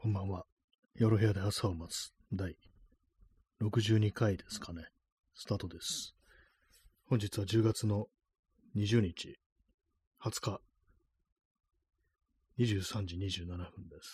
こんばんは。夜部屋で朝を待つ第62回ですかね。スタートです。本日は10月の20日、20日、23時27分です。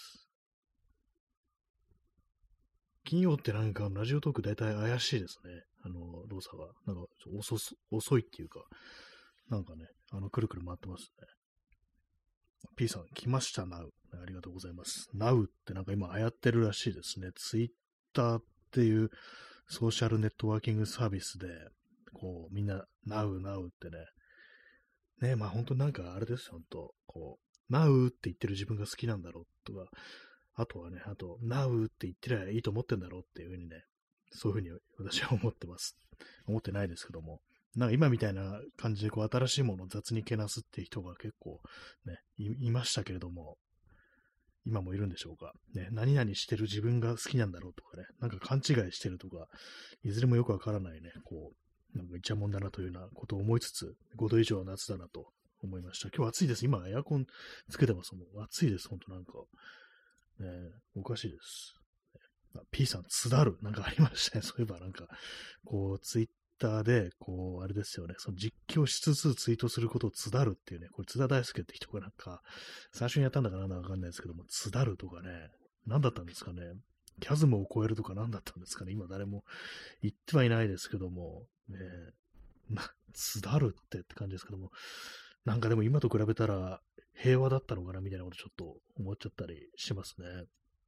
金曜ってなんかラジオトーク大体怪しいですね。動作が。なんか遅いっていうか、なんかね、くるくる回ってますね。P さん、来ました、ナウ。ありがとうございます。ナウってなんか今流行ってるらしいですね。ツイッターっていうソーシャルネットワーキングサービスで、こう、みんな、ナウってね。ね、まあ本当なんかあれですよ、本当こう、ナウって言ってる自分が好きなんだろうとか、あとはね、ナウって言ってりゃいいと思ってんだろうっていうふうにね、そういうふうに私は思ってます。思ってないですけども。なんか今みたいな感じでこう新しいものを雑にけなすっていう人が結構ね、いましたけれども、今もいるんでしょうか。ね、何々してる自分が好きなんだろうとかね、なんか勘違いしてるとか、いずれもよくわからないね、こう、なんかイチャモンだなというようなことを思いつつ、5度以上は夏だなと思いました。今日暑いです。今エアコンつけてますもん。暑いです、ほんとなんか。ね、おかしいです。P さん、津だる。なんかありましたね。そういえばなんか、こう、ツイッターで、こう、あれですよね。その実況しつつツイートすることを津だるっていうね、これ津田大介って人がなんか、最初にやったんだかなんだかわかんないですけども、津だるとかね、何だったんですかね。キャズムを超えるとか何だったんですかね。今誰も言ってはいないですけども、ね、津だるって感じですけども、なんかでも今と比べたら平和だったのかなみたいなことちょっと思っちゃったりしますね。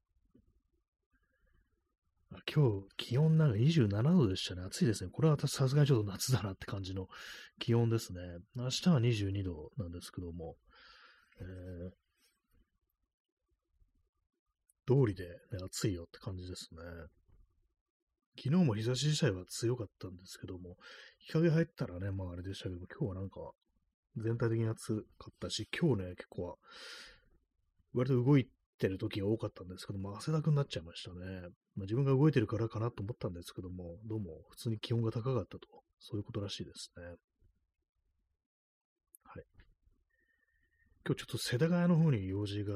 今日、気温なんか27度でしたね。暑いですね。これは私さすがにちょっと夏だなって感じの気温ですね。明日は22度なんですけども、えー、通りで、ね、暑いよって感じですね。昨日も日差し自体は強かったんですけども、日陰入ったらね、まああれでしたけども、今日はなんか全体的に暑かったし、今日ね、結構割と動いてる時が多かったんですけども、汗だくになっちゃいましたね。まあ、自分が動いてるからかなと思ったんですけども、どうも普通に気温が高かったと、そういうことらしいですね。はい。今日ちょっと世田谷の方に用事があって、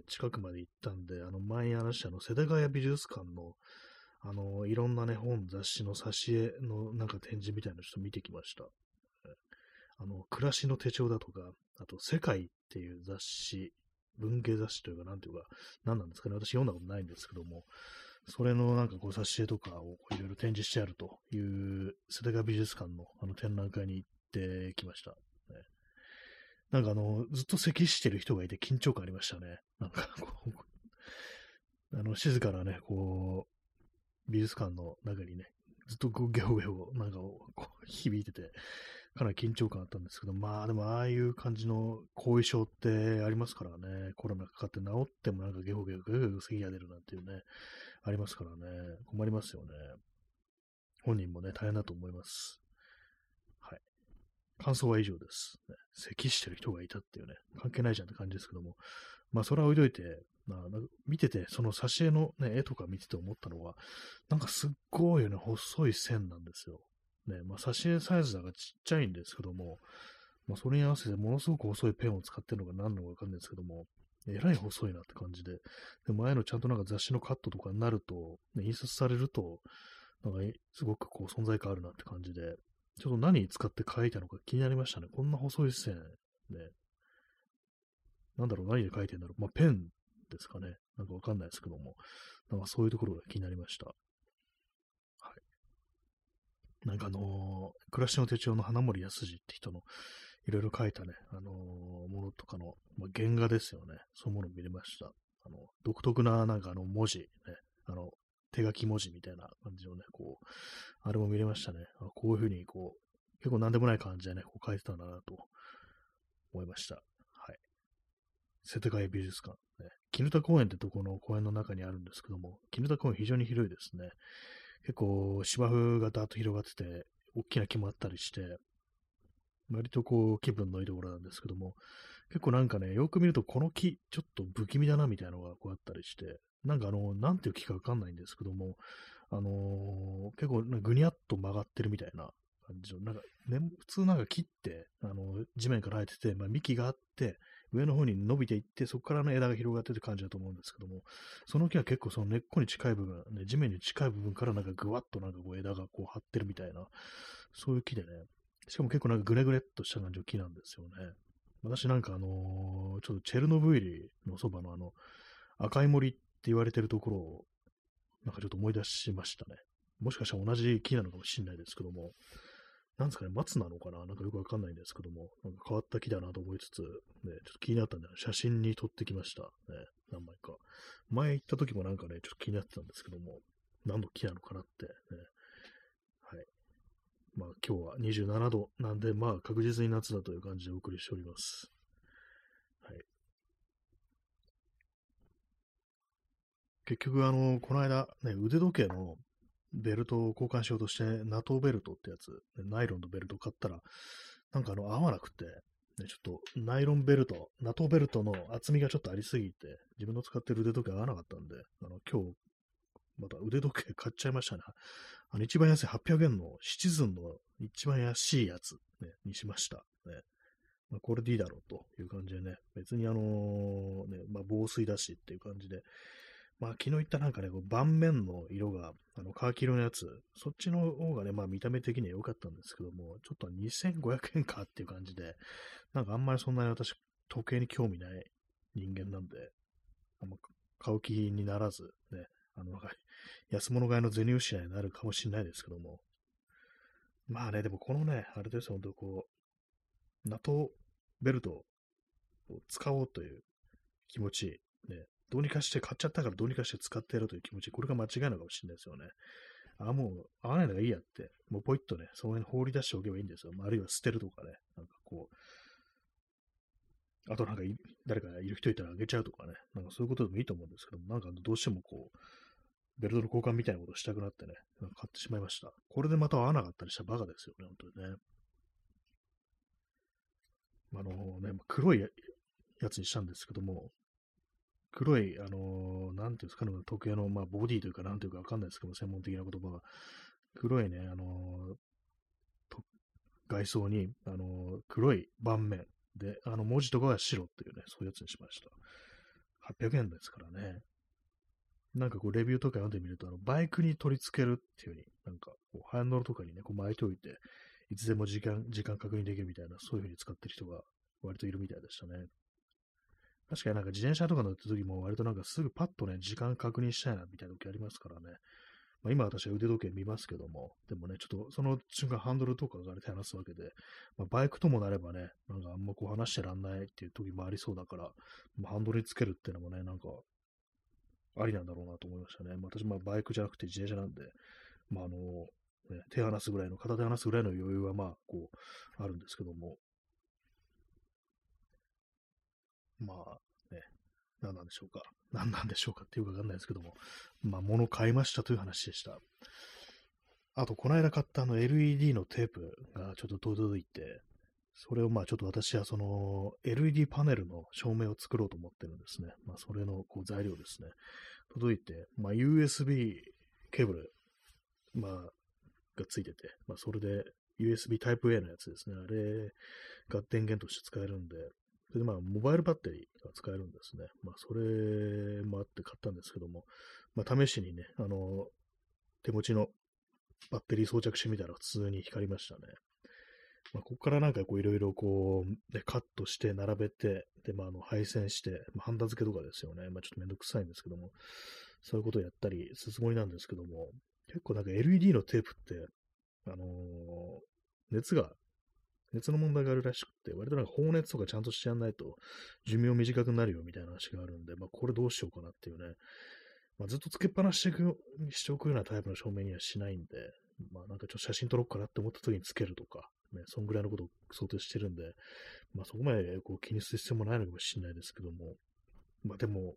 近くまで行ったんで、前に話した世田谷美術館の、いろんなね、本、雑誌の挿絵のなんか展示みたいなのちょっと見てきました。暮らしの手帳だとか、あと、世界っていう雑誌、文芸雑誌というか、なんていうか、何なんですかね。私読んだことないんですけども、それのなんかこう挿絵とかをいろいろ展示してあるという世田谷美術館の展覧会に行ってきました。ね、なんかずっと咳してる人がいて緊張感ありましたね。なんかこう、静かなね、こう、美術館の中にね、ずっとこうゲホゲホなんかこう響いてて、かなり緊張感あったんですけど、まあでもああいう感じの後遺症ってありますからね、コロナかかって治ってもなんかゲホゲホゲホゲホ咳が出るなんていうね、ありますからね、困りますよね。本人もね、大変だと思います。はい。感想は以上です。ね、咳してる人がいたっていうね、関係ないじゃんって感じですけども、まあそれは置いといて、まあ、なんか見てて、その挿絵の、ね、絵とか見てて思ったのは、なんかすっごいよね、細い線なんですよ。ね、まあ挿絵サイズだからちっちゃいんですけども、まあ、それに合わせてものすごく細いペンを使ってるのが何なのかわかんないですけども、えらい細いなって感じで、で、前のちゃんとなんか雑誌のカットとかになると、ね、印刷されると、なんかすごくこう存在感あるなって感じで、ちょっと何使って書いたのか気になりましたね。こんな細い線、ね、なんだろう、何で書いてんだろう。まあ、ペンですかね。なんかわかんないですけども、なんかそういうところが気になりました。はい。なんか暮らしの手帳の花森康二って人のいろいろ書いたね、ものとかの、まあ、原画ですよね。そういうものを見れました。独特ななんか文字、ね、手書き文字みたいな感じのね、こう、あれも見れましたね。こういうふうに、こう、結構なんでもない感じでね、こう書いてたんだなと思いました。はい。世田谷美術館、ね。絹田公園ってとこの公園の中にあるんですけども、絹田公園非常に広いですね。結構芝生がだーっと広がってて、大きな木もあったりして、割とこう気分のいいところなんですけども、結構なんかね、よく見るとこの木、ちょっと不気味だなみたいなのがこうあったりして、なんかなんていう木かわかんないんですけども、結構ぐにゃっと曲がってるみたいな感じの、なんか、ね、普通なんか木って、地面から生えてて、まあ、幹があって、 上の方に伸びていって、そこからの枝が広がってる感じだと思うんですけども、その木は結構その根っこに近い部分、ね、地面に近い部分からなんかぐわっとなんかこう枝がこう張ってるみたいな、そういう木でね、しかも結構なんかグレグレっとした感じの木なんですよね。私なんかちょっとチェルノブイリのそばの赤い森って言われてるところを、なんかちょっと思い出しましたね。もしかしたら同じ木なのかもしれないですけども、なんですかね、松なのかななんかよくわかんないんですけども、なんか変わった木だなと思いつつ、ね、ちょっと気になったんで、写真に撮ってきました。ね、何枚か。前行った時もなんかね、ちょっと気になってたんですけども、何の木なのかなって、ね。はい。まあ今日は27度なんで、まあ確実に夏だという感じでお送りしております。はい。結局この間、ね、腕時計のベルトを交換しようとして、ナトーベルトってやつ、ナイロンのベルト買ったら、なんか合わなくて、ね、ちょっとナイロンベルト、ナトーベルトの厚みがちょっとありすぎて、自分の使ってる腕時計合わなかったんで、今日、また腕時計買っちゃいましたね。一番安い800円のシチズンの一番安いやつ、ね、にしました。ね。まあ、これでいいだろうという感じでね、別にね、まあ、防水だしっていう感じで、まあ、昨日言ったなんかね、こう盤面の色が、カーキ色のやつ、そっちの方がね、まあ見た目的には良かったんですけども、ちょっと2500円かっていう感じで、なんかあんまりそんなに私、時計に興味ない人間なんで、あんま買う気にならず、ね、なんか安物買いの銭失いになるかもしれないですけども、まあね、でもこのね、あれですよ、本当こう、ナトベルトを使おうという気持ち、ね、どうにかして買っちゃったからどうにかして使ってやるという気持ち、これが間違いなのかもしれないですよね。もう合わないのがいいやって、もうポイッとね、その辺放り出しておけばいいんですよ。あるいは捨てるとかね、なんかこう、あとなんか誰かいる人いたらあげちゃうとかね、なんかそういうことでもいいと思うんですけども、なんかどうしてもこう、ベルトの交換みたいなことをしたくなってね、なんか買ってしまいました。これでまた合わなかったりしたらバカですよね、本当にね。黒いやつにしたんですけども、黒い、なんていうんですかね、時計の、まあ、ボディというか、なんていうかわかんないですけど、専門的な言葉が、黒いね、外装に、黒い盤面で、文字とかは白っていうね、そういうやつにしました。800円ですからね。なんかこう、レビューとか読んでみると、バイクに取り付けるっていう風に、なんか、こうハンドルとかにね、こう巻いておいて、いつでも時間確認できるみたいな、そういう風に使ってる人が割といるみたいでしたね。確かになんか自転車とか乗った時も割となんかすぐパッとね、時間確認したいなみたいな時ありますからね。まあ、今私は腕時計見ますけども、でもね、ちょっとその瞬間ハンドルとかが手離すわけで、まあ、バイクともなればね、なんかあんまこう離してらんないっていう時もありそうだから、まあ、ハンドルにつけるっていうのもね、なんかありなんだろうなと思いましたね。まあ、私、まあバイクじゃなくて自転車なんで、まあね、手離すぐらいの、片手離すぐらいの余裕はまあ、こう、あるんですけども、まあ、ね、何なんでしょうか。何なんでしょうかっていうかわかんないですけども、まあ、物買いましたという話でした。あと、この間買ったLED のテープがちょっと届いて、それをまあちょっと私はその LED パネルの照明を作ろうと思ってるんですね。まあそれのこう材料ですね。届いて、まあ USB ケーブル、まあがついてて、まあそれで USB Type A のやつですね。あれが電源として使えるんで、それでまあモバイルバッテリーが使えるんですね。まあそれもあって買ったんですけども、まあ試しにね、手持ちのバッテリー装着してみたら普通に光りましたね。まあ、ここからなんかこういろいろこう、カットして並べて、で、まあ、配線して、まあ、ハンダ付けとかですよね。まあ、ちょっとめんどくさいんですけども、そういうことをやったりするつもりなんですけども、結構なんか LED のテープって、あのー熱が、熱の問題があるらしくて、割となんか放熱とかちゃんとしてやんないと寿命短くなるよみたいな話があるんで、まあ、これどうしようかなっていうね、まあ、ずっとつけっぱなししておくようなタイプの照明にはしないんで、まあなんかちょっと写真撮ろうかなって思った時につけるとか、ね、そんぐらいのことを想定してるんで、まあそこまでこう気にする必要もないのかもしれないですけども、まあでも、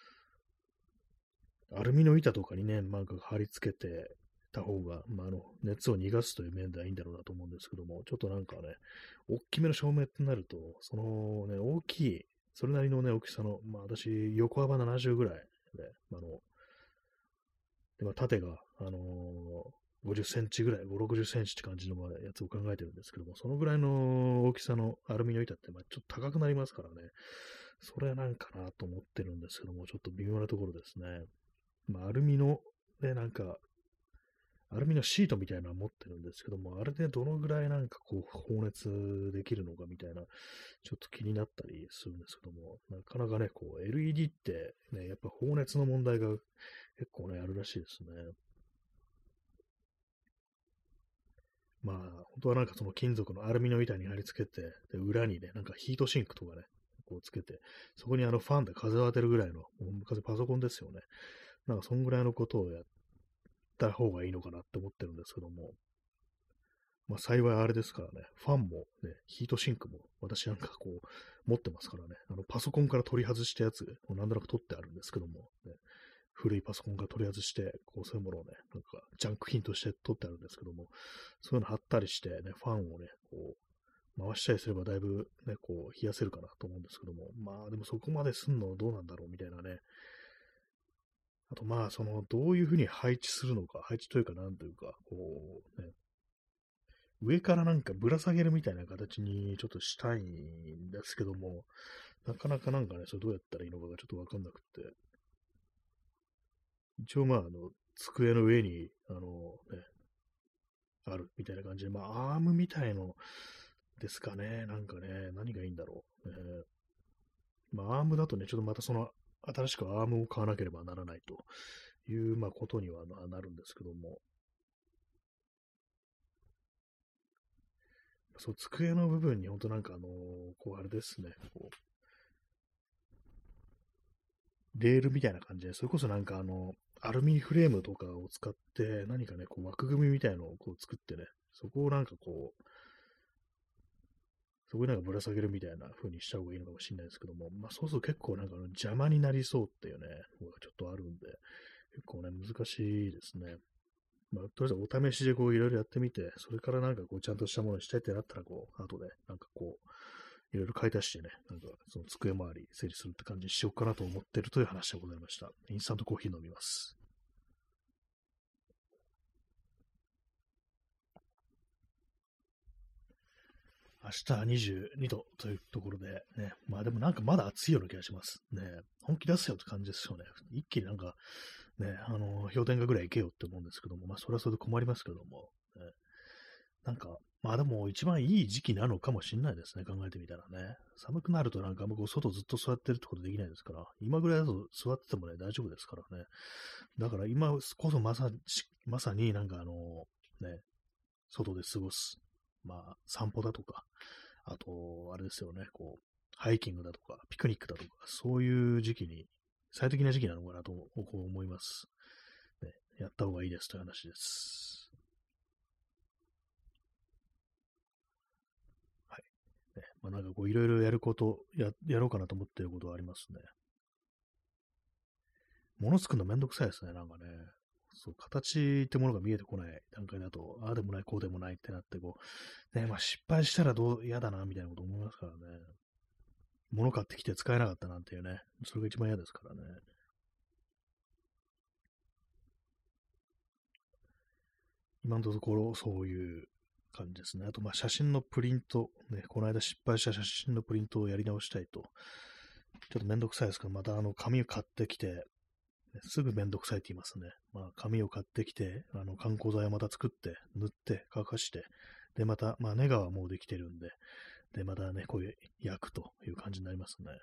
アルミの板とかにね、なんか貼り付けてた方が、まあ熱を逃がすという面ではいいんだろうなと思うんですけども、ちょっとなんかね、大きめの照明ってなると、そのね、大きい、それなりのね、大きさの、まあ私、横幅70ぐらいで、で、まあ、縦が、 50センチぐらい、5、60センチって感じのやつを考えてるんですけども、そのぐらいの大きさのアルミの板って、まあ、ちょっと高くなりますからね。それなんかなと思ってるんですけども、ちょっと微妙なところですね。まあ、アルミの、ね、なんか、アルミのシートみたいなの持ってるんですけども、あれでどのぐらいなんかこう、放熱できるのかみたいな、ちょっと気になったりするんですけども、なかなかね、こう、LED ってね、やっぱ放熱の問題が結構ね、あるらしいですね。まあ、本当はなんかその金属のアルミの板に貼り付けて、で裏にね、なんかヒートシンクとかね、こうつけて、そこにファンで風を当てるぐらいの、もう昔パソコンですよね。なんかそんぐらいのことをやった方がいいのかなって思ってるんですけども、まあ幸いあれですからね、ファンもね、ヒートシンクも私なんかこう持ってますからね、パソコンから取り外したやつをなんとなく取ってあるんですけども、ね、古いパソコンから取り外して、こうそういうものをね、なんかジャンク品として取ってあるんですけども、そういうの貼ったりしてね、ファンをね、こう回したりすればだいぶね、こう冷やせるかなと思うんですけども、まあでもそこまですんのどうなんだろうみたいなね、あとまあそのどういうふうに配置するのか、配置というかなんというか、こうね、上からなんかぶら下げるみたいな形にちょっとしたいんですけども、なかなかなんかね、それどうやったらいいのかがちょっとわかんなくって、一応まあ机の上に、ね、あるみたいな感じで、まあアームみたいのですかね、なんかね、何がいいんだろう。まあアームだとね、ちょっとまたその、新しくアームを買わなければならないという、まあ、ことにはなるんですけども、そう、机の部分に本当なんかこうあれですね、こう、レールみたいな感じで、それこそなんかアルミフレームとかを使って、何かね、こう枠組みみたいのをこう作ってね、そこをなんかこう、そこになんかぶら下げるみたいな風にした方がいいのかもしれないですけども、まあそうすると結構なんか邪魔になりそうっていうね、のがちょっとあるんで、結構ね、難しいですね。まあ、とりあえずお試しでこういろいろやってみて、それからなんかこうちゃんとしたものにしたいってなったら、こう、後でなんかこう、いろいろ買い足してね、なんかその机周り整理するって感じにしようかなと思ってるという話でございました。インスタントコーヒー飲みます。明日は22度というところで、ね、まあでもなんかまだ暑いような気がします。ね、本気出せよって感じですよね。一気になんか、ね、氷点下ぐらい行けよって思うんですけども、まあそれはそれで困りますけども、ね、なんか、まあでも一番いい時期なのかもしれないですね、考えてみたらね。寒くなるとなんかもう外ずっと座ってるってことできないですから、今ぐらいだと座っててもね、大丈夫ですからね。だから今こそまさになんかね、外で過ごす。まあ散歩だとか、あと、あれですよね、こう、ハイキングだとか、ピクニックだとか、そういう時期に、最適な時期なのかなとこう思います。ね、やった方がいいですという話です。はい。ね、まあ、なんかこう、いろいろやること、やろうかなと思っていることはありますね。物作るのめんどくさいですね、なんかね。そう、形ってものが見えてこない段階だと、ああでもない、こうでもないってなって、こう、ね、まあ失敗したら嫌だな、みたいなこと思いますからね。物買ってきて使えなかったなんていうね、それが一番嫌ですからね。今のところそういう感じですね。あと、まあ写真のプリント、ね、この間失敗した写真のプリントをやり直したいと。ちょっとめんどくさいですけど、また紙を買ってきて、すぐめんどくさいって言いますね。まあ、紙を買ってきて、観光剤をまた作って、塗って、乾かして、で、また、まあ、ネガはもうできてるんで、で、またね、こういう焼くという感じになりますね。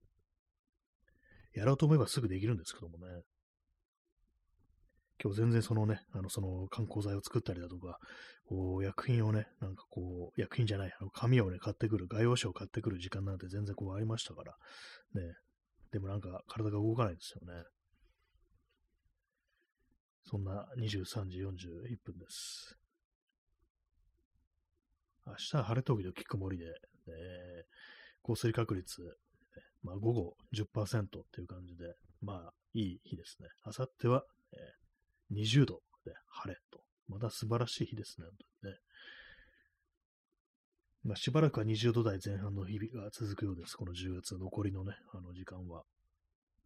やろうと思えばすぐできるんですけどもね。今日全然そのね、その観光剤を作ったりだとか、こう、薬品をね、なんかこう、薬品じゃない、紙をね、買ってくる、画用紙を買ってくる時間なんて全然こうありましたから、ね。でもなんか体が動かないですよね。そんな23時41分です。明日は晴れ時々曇りで、降水確率、まあ、午後10%っていう感じで、まあ、いい日ですね。あさっては、20度で晴れと。また素晴らしい日ですね。ね、まあ、しばらくは20度台前半の日々が続くようです。この10月残りのね、時間は。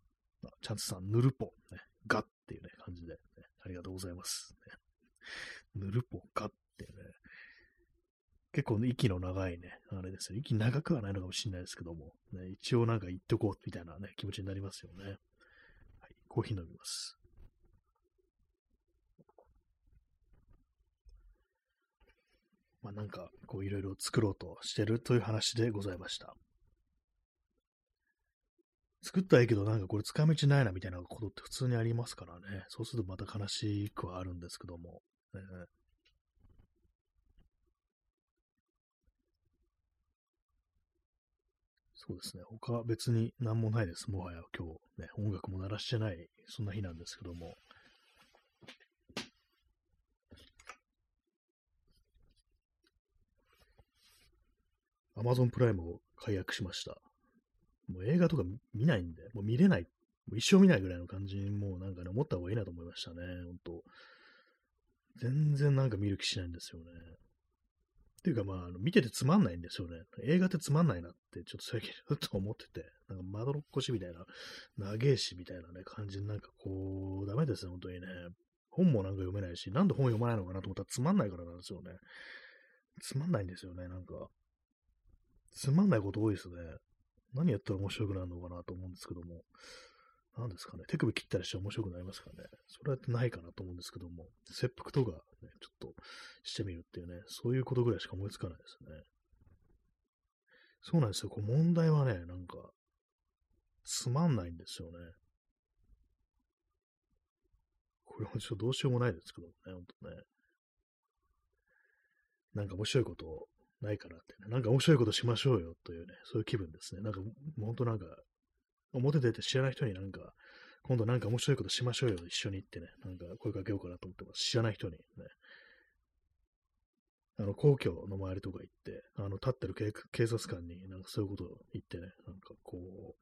チャンスさん、ぬるぽ、ね、ガっていうね、感じで、ね、ありがとうございます。ねヌルポかってね、結構息の長いね、あれですよ。息長くはないのかもしれないですけども、ね、一応なんか言っとこうみたいなね、気持ちになりますよね。はい、コーヒー飲みます。まあなんか、こういろいろ作ろうとしてるという話でございました。作ったらいいけどなんかこれ使い道ないなみたいなことって普通にありますからね。そうするとまた悲しくはあるんですけども。そうですね。他別に何もないです。もはや今日ね、音楽も鳴らしてない、そんな日なんですけども。Amazon プライムを解約しました。もう映画とか見ないんで、もう見れない。もう一生見ないぐらいの感じにもうなんかね、思った方がいいなと思いましたね。本当全然なんか見る気しないんですよね。っていうかまあ、見ててつまんないんですよね。映画ってつまんないなってちょっと最近ちょっと思ってて、なんかまどろっこしみたいな、長えしみたいなね、感じになんかこう、ダメですね、本当にね。本もなんか読めないし、なんで本読まないのかなと思ったらつまんないからなんですよね。つまんないんですよね、なんか。つまんないこと多いですね。何やったら面白くなるのかなと思うんですけども。何ですかね。手首切ったりして面白くなりますかね。それはないかなと思うんですけども。切腹とかね、ちょっとしてみるっていうね、そういうことぐらいしか思いつかないですね。そうなんですよ。こう問題はね、なんか、つまんないんですよね。これもちょっとどうしようもないですけどもね、ほんとね。なんか面白いことないかなってね。なんか面白いことしましょうよというね、そういう気分ですね。なんか、もうほんとなんか、表出て知らない人になんか、今度なんか面白いことしましょうよ、一緒に行ってね、なんか声かけようかなと思ってます。知らない人にね。皇居の周りとか行って、立ってる警察官になんかそういうことを言ってね、なんかこ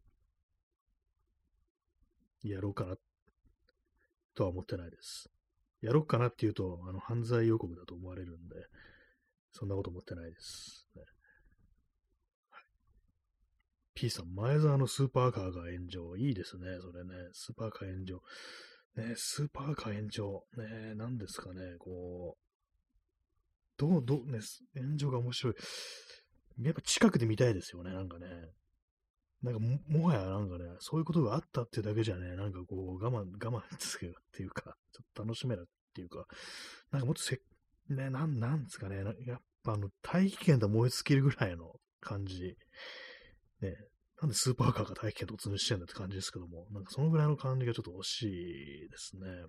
う、やろうかなとは思ってないです。やろうかなっていうと、犯罪予告だと思われるんで、そんなこと思ってないです。ね、P さん、前澤のスーパーカーが炎上。いいですね、それね。スーパーカー炎上。ね、スーパーカー炎上。ね、何ですかね、こう、ね、炎上が面白い。やっぱ近くで見たいですよね、なんかね。なんかもはやなんかね、そういうことがあったってだけじゃね、なんかこう、我慢ですけどっていうか、ちょっと楽しめないっていうか、なんかもっとね、なんですかね、やっぱ大気圏と燃え尽きるぐらいの感じ。ね、なんでスーパーカーが大気圏突入してんだって感じですけども、なんかそのぐらいの感じがちょっと惜しいですね。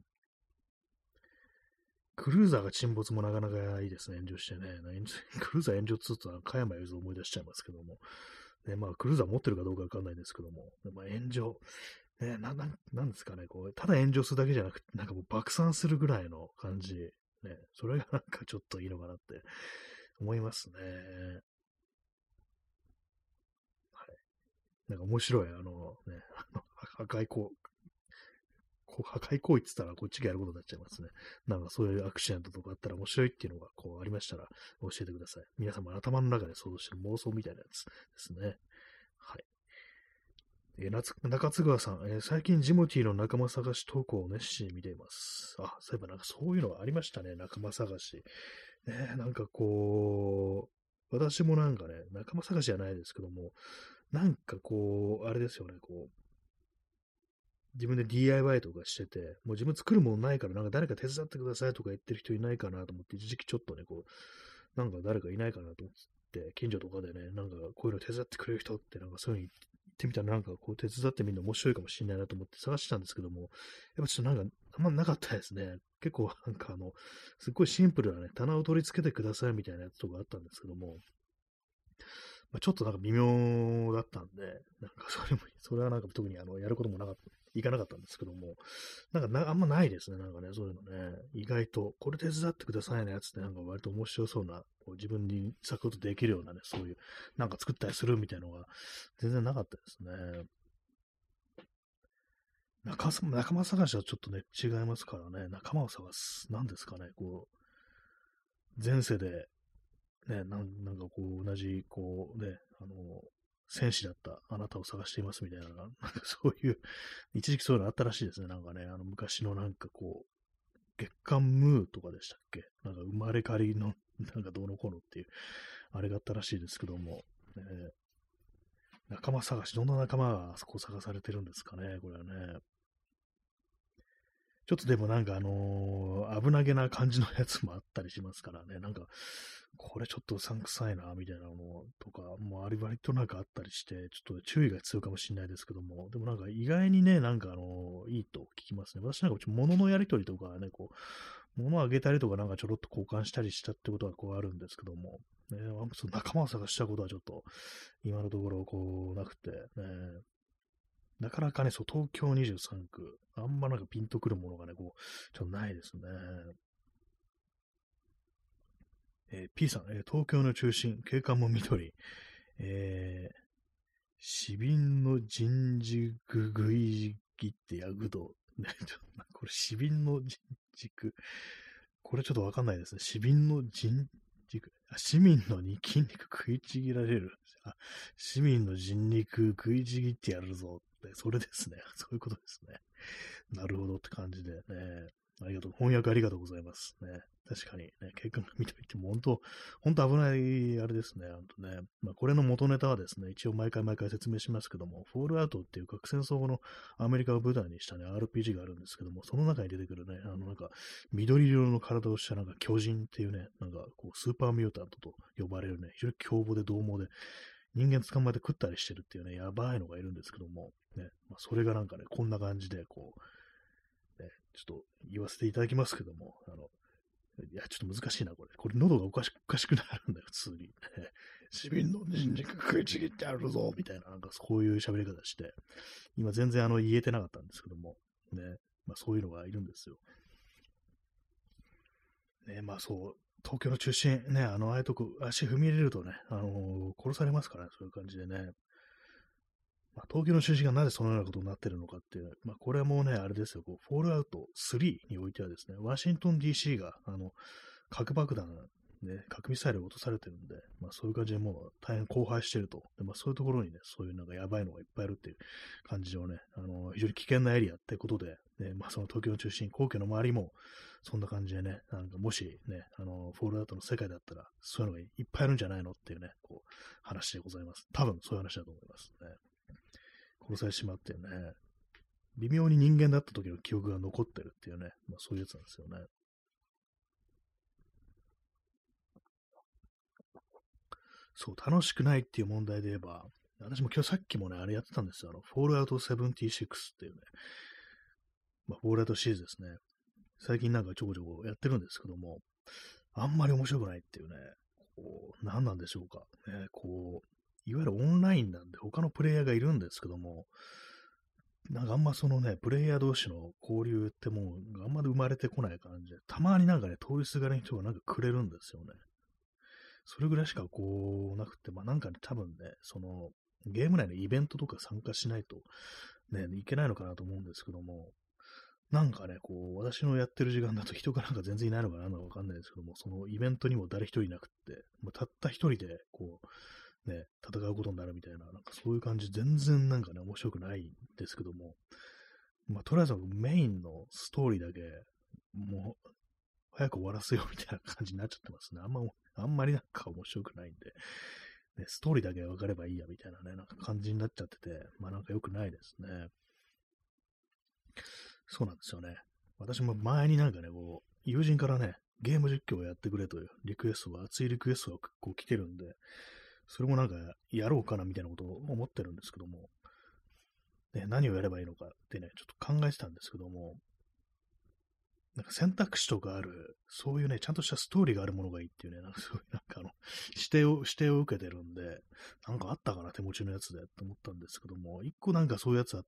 クルーザーが沈没もなかなかいいですね、炎上してね。クルーザー炎上すると加山雄三思い出しちゃいますけども。ね、まあ、クルーザー持ってるかどうかわかんないですけども。まあ、炎上。ね、なんですかね、こう、ただ炎上するだけじゃなくて、なんかもう爆散するぐらいの感じ。ね、それがなんかちょっといいのかなって思いますね。はい。なんか面白い、破壊行破壊行為って言ったらこっちがやることになっちゃいますね。なんかそういうアクシデントとかあったら面白いっていうのがこうありましたら教えてください。皆様頭の中で想像してる妄想みたいなやつですね。はい。中津川さん、最近ジモティーの仲間探し投稿を熱心に見ています。あ、そういえばなんかそういうのがありましたね、仲間探し。ね、なんかこう、私もなんかね、仲間探しじゃないですけども、なんかこう、あれですよね、こう、自分で DIY とかしてて、もう自分作るものないから、なんか誰か手伝ってくださいとか言ってる人いないかなと思って、一時期ちょっとね、こう、なんか誰かいないかなと思って、近所とかでね、なんかこういうの手伝ってくれる人って、なんかそういうの言ってみたら、なんかこう手伝ってみるの面白いかもしれないなと思って探してたんですけども、やっぱちょっとなんかあんまなかったですね。結構なんかすっごいシンプルなね、棚を取り付けてくださいみたいなやつとかあったんですけども、まあ、ちょっとなんか微妙だったんで、なんかそれはなんか特にやることもいかなかったんですけども、あんまないですね、なんかね、そういうのね。意外と、これ手伝ってくださいねやつってなんか割と面白そうな、こう自分にサクッとできるようなね、そういう、なんか作ったりするみたいなのが全然なかったですね。仲間探しはちょっとね、違いますからね、仲間を探す。なんですかね、こう、前世でね、なんかこう、同じ、こうね、戦士だったあなたを探していますみたいな、なんかそういう、一時期そういうのあったらしいですね。なんかね、昔のなんかこう、 月刊ムーとかでしたっけ？なんか生まれ変わりの、なんかどうのこうのっていう、あれがあったらしいですけども、仲間探し、どんな仲間があそこ探されてるんですかね、これはね。ちょっとでもなんか危なげな感じのやつもあったりしますからね、なんか、これちょっとうさんくさいな、みたいなのとか、もう割となんかあったりして、ちょっと注意が必要かもしれないですけども、でもなんか意外にね、なんかいいと聞きますね。私なんか物のやりとりとかね、こう、物をあげたりとかなんかちょろっと交換したりしたってことはこうあるんですけども、ね、その仲間を探したことはちょっと今のところこうなくて、ね、なかなかね、そう、東京23区、あんまなんかピンとくるものがね、こう、ちょっとないですね。P さん、東京の中心、景観も緑、市民の人事具食い切ってヤグド。ね、これ、市民の人事具。これちょっとわかんないですね。市民の人事具。市民の筋肉食いちぎられる。市民の人肉食いちぎってやるぞって、それですね。そういうことですね。なるほどって感じでね。ありがとう。翻訳ありがとうございます。ね。確かに、ね、結果が見といても、本当危ない、あれですね。本当ね。まあ、これの元ネタはですね、一応毎回説明しますけども、フォールアウトっていう核戦争後のアメリカを舞台にしたね、RPG があるんですけども、その中に出てくるね、なんか、緑色の体をしたなんか巨人っていうね、なんか、こう、スーパーミュータントと呼ばれるね、非常に凶暴で獰猛で、人間捕まえて食ったりしてるっていうね、やばいのがいるんですけども、ね、まあ、それがなんかね、こんな感じで、こう、ね、ちょっと言わせていただきますけども、いや、ちょっと難しいな、これ。これ、喉がおかしくなるんだよ、普通に。市民の人肉食いちぎってやるぞ、みたいな、なんかそういう喋り方して、今全然言えてなかったんですけども、ね、まあそういうのがいるんですよ。ね、まあそう、東京の中心、ね、ああいうとこ、足踏み入れるとね、殺されますからね、そういう感じでね。まあ、東京の中心がなぜそのようなことになっているのかっていう、まあ、これはもうね、あれですよ、こうフォールアウト3においてはですね、ワシントン DC が、核爆弾、ね、核ミサイルが落とされてるんで、まあ、そういう感じでもう大変荒廃してると。でまあ、そういうところにね、そういうなんかやばいのがいっぱいいるっていう感じのね、非常に危険なエリアってことで、ね、まあ、その東京の中心、皇居の周りも、そんな感じでね、なんかもしね、フォールアウトの世界だったら、そういうのがいっぱいあるんじゃないのっていうね、こう、話でございます。多分そういう話だと思いますね。殺されてしまってね、微妙に人間だった時の記憶が残ってるっていうね、まあそういうやつなんですよね。そう、楽しくないっていう問題で言えば、私も今日さっきもね、あれやってたんですよ。フォールアウト76っていうね、まあ、フォールアウトシリーズですね。最近なんかちょこちょこやってるんですけども、あんまり面白くないっていうね、こう、何なんでしょうか。ね、こう、いわゆるオンラインなんで他のプレイヤーがいるんですけども、なんかあんまそのね、プレイヤー同士の交流ってもうあんまり生まれてこない感じで、たまになんかね、通りすがりの人がなんかくれるんですよね。それぐらいしかこうなくて、まあなんかね、多分ね、そのゲーム内のイベントとか参加しないとね、いけないのかなと思うんですけども、なんかね、こう、私のやってる時間だと人がなんか全然いないのかなのかわかんないですけども、そのイベントにも誰一人いなくって、まあ、たった一人で、こう、ね、戦うことになるみたいな、なんかそういう感じ、全然なんかね、面白くないんですけども、まあ、とりあえずメインのストーリーだけ、もう、早く終わらせようみたいな感じになっちゃってますね。あんまりなんか面白くないんで、ね、ストーリーだけ分かればいいやみたいなね、なんか感じになっちゃってて、まあなんか良くないですね。そうなんですよね。私も前になんかね、こう、友人からね、ゲーム実況をやってくれというリクエストが、熱いリクエストが結構来てるんで、それもなんかやろうかなみたいなことを思ってるんですけども、ね、何をやればいいのかってね、ちょっと考えてたんですけども、なんか選択肢とかある、そういうね、ちゃんとしたストーリーがあるものがいいっていうね、なんかそういうなんか指定を受けてるんで、なんかあったかな、手持ちのやつでって思ったんですけども、一個なんかそういうやつあって、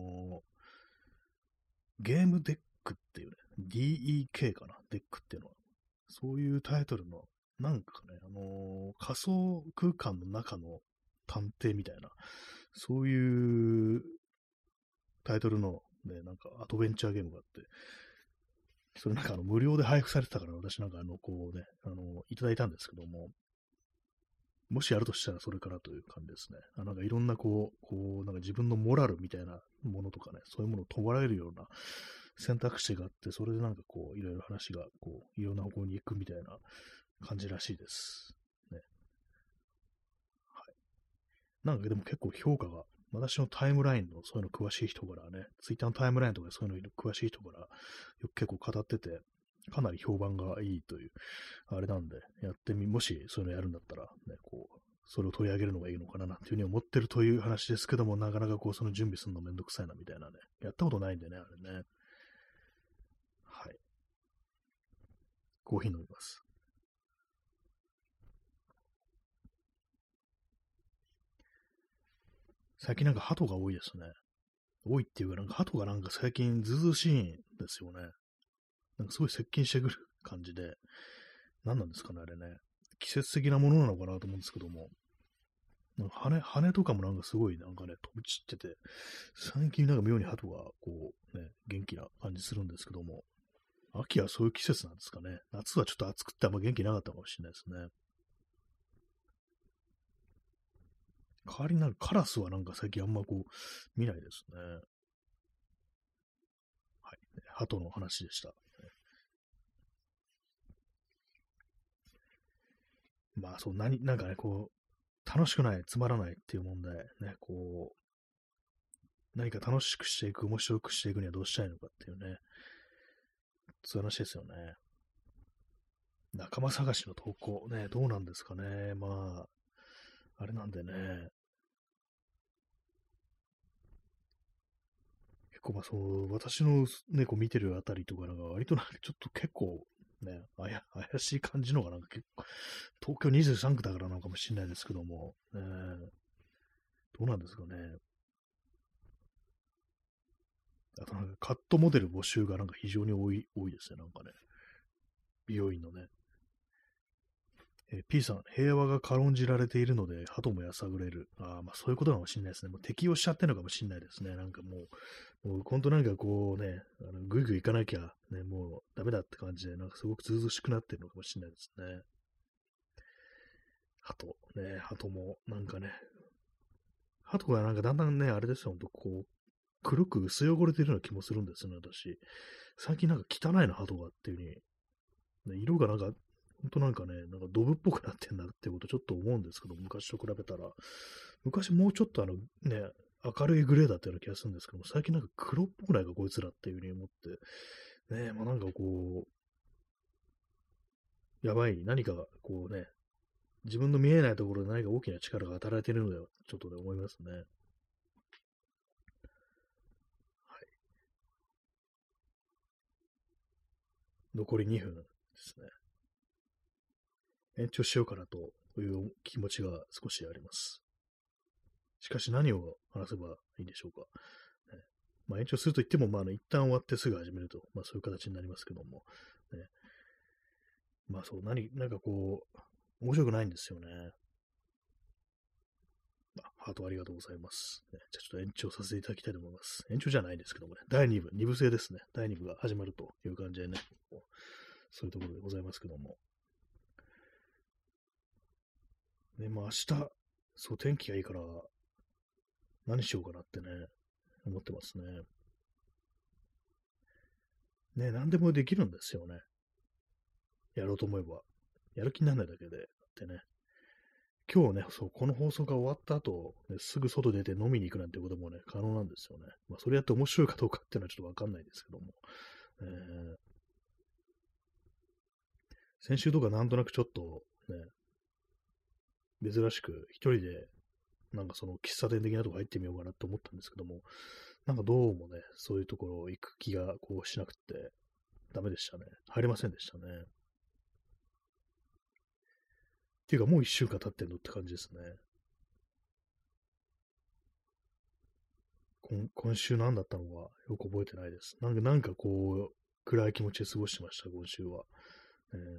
ゲームデックっていうね、DEK かな、デックっていうのは。そういうタイトルの、なんかね、仮想空間の中の探偵みたいな、そういうタイトルのね、なんかアドベンチャーゲームがあって、それなんか無料で配布されてたから、私なんかこうね、いただいたんですけども、もしやるとしたらそれからという感じですね。なんかいろんななんか自分のモラルみたいなものとかね、そういうものを問われるような選択肢があって、それでなんかこう、いろいろ話が、こう、いろんな方向に行くみたいな感じらしいです。ね。はい。なんかでも結構評価が、私のタイムラインのそういうの詳しい人からね、ツイッターのタイムラインとかでそういうの詳しい人からよく結構語ってて、かなり評判がいいという、あれなんで、もしそういうのやるんだったら、ね、こう、それを取り上げるのがいいのかな、なんていうふうに思ってるという話ですけども、なかなかこう、その準備するのめんどくさいな、みたいなね。やったことないんでね、あれね。はい。コーヒー飲みます。最近なんか鳩が多いですね。多いっていうか、なんか鳩がなんか最近ずうずうしいんですよね。なんかすごい接近してくる感じで、何なんですかね、あれね。季節的なものなのかなと思うんですけども、なんか羽とかもなんかすごいなんかね、飛び散ってて、最近なんか妙に鳩がこうね、元気な感じするんですけども、秋はそういう季節なんですかね。夏はちょっと暑くってあんま元気なかったかもしれないですね。代わりになんかカラスはなんか最近あんまこう見ないですね。はい。鳩の話でした。まあそう、なんかね、こう、楽しくない、つまらないっていう問題、ね、こう、何か楽しくしていく、面白くしていくにはどうしたらいいのかっていうね、そういう話ですよね。仲間探しの投稿、ね、どうなんですかね。まあ、あれなんでね、結構まあそう、私のね、こう見てるあたりとかなんか割となんかちょっと結構ね、怪しい感じのがなんか結構、東京23区だからなのかもしれないですけども、どうなんですかね。あとなんかカットモデル募集がなんか非常に多いですね、なんかね。美容院のね。P さん、平和が軽んじられているので、鳩もやさぐれる。まあそういうことかもしれないですね。もう適応しちゃってるのかもしれないですね。なんかもう本当なんかこうね、ぐいぐい行かなきゃ、ね、もうダメだって感じで、なんかすごくずうずうしくなってるのかもしれないですね。鳩もなんかね、鳩がなんかだんだんね、あれですよ、ほんとこう、黒く薄汚れてるような気もするんですよね、私。最近なんか汚いな、鳩がっていう風に、ね、色がなんか、ほんとなんかね、なんかドブっぽくなってんなってことちょっと思うんですけど、昔と比べたら。昔もうちょっとね、明るいグレーだったような気がするんですけども、最近なんか黒っぽくないか、こいつらっていう風に思って、ね、まあなんかこう、やばい、何かがこうね、自分の見えないところで何か大きな力が働いているのでは、ちょっとね、思いますね。はい。残り2分ですね。延長しようかなという気持ちが少しあります。しかし何を話せばいいんでしょうか。ね、まあ、延長すると言っても、まあ、一旦終わってすぐ始めると、まあ、そういう形になりますけども、ね、まあそう、なんかこう、面白くないんですよね。ハートありがとうございます。ね、じゃあちょっと延長させていただきたいと思います。延長じゃないですけどもね、第2部、2部制ですね。第2部が始まるという感じでね、そういうところでございますけども。ね、まあ明日、そう、天気がいいから、何しようかなってね、思ってますね。ね、何でもできるんですよね。やろうと思えば。やる気にならないだけで。ってね。今日ね、そう、この放送が終わった後、ね、すぐ外出て飲みに行くなんてこともね、可能なんですよね。まあ、それやって面白いかどうかっていうのはちょっとわかんないですけども。えー、先週とかなんとなくちょっとね、珍しく一人で、なんかその喫茶店的なとこ入ってみようかなって思ったんですけども、なんかどうもね、そういうところ行く気がこうしなくて、ダメでしたね。入れませんでしたね。っていうかもう一週間経ってんのって感じですね。今週何だったのかよく覚えてないです。なんかこう、暗い気持ちで過ごしてました、今週は。えー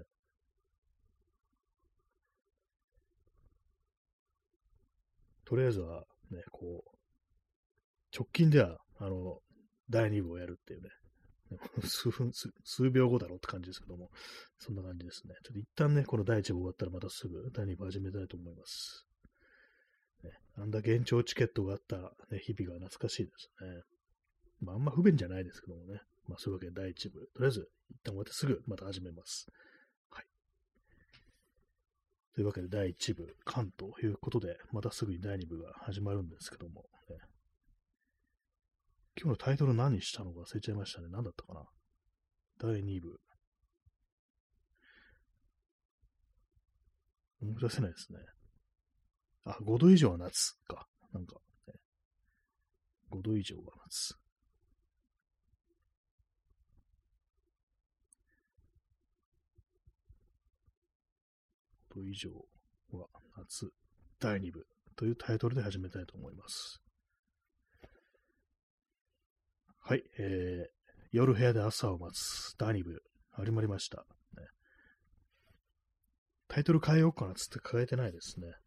とりあえずはね、こう、直近では、第2部をやるっていうね、数秒後だろうって感じですけども、そんな感じですね。ちょっと一旦ね、この第1部終わったらまたすぐ第2部始めたいと思います。ね、あんだけ延長チケットがあった、ね、日々が懐かしいですね。まあ、あんま不便じゃないですけどもね。 まあそういうわけで第1部、とりあえず一旦終わってすぐまた始めます。はい。というわけで第1部、完ということで、またすぐに第2部が始まるんですけども、ね、今日のタイトル何にしたのか忘れちゃいましたね。何だったかな。第2部。思い出せないですね。あ、5度以上は夏か。なんか、ね、5度以上は夏。5度以上は夏第2部というタイトルで始めたいと思います。はい、夜部屋で朝を待つ第2部始まりました。ね、タイトル変えようかなつって変えてないですね。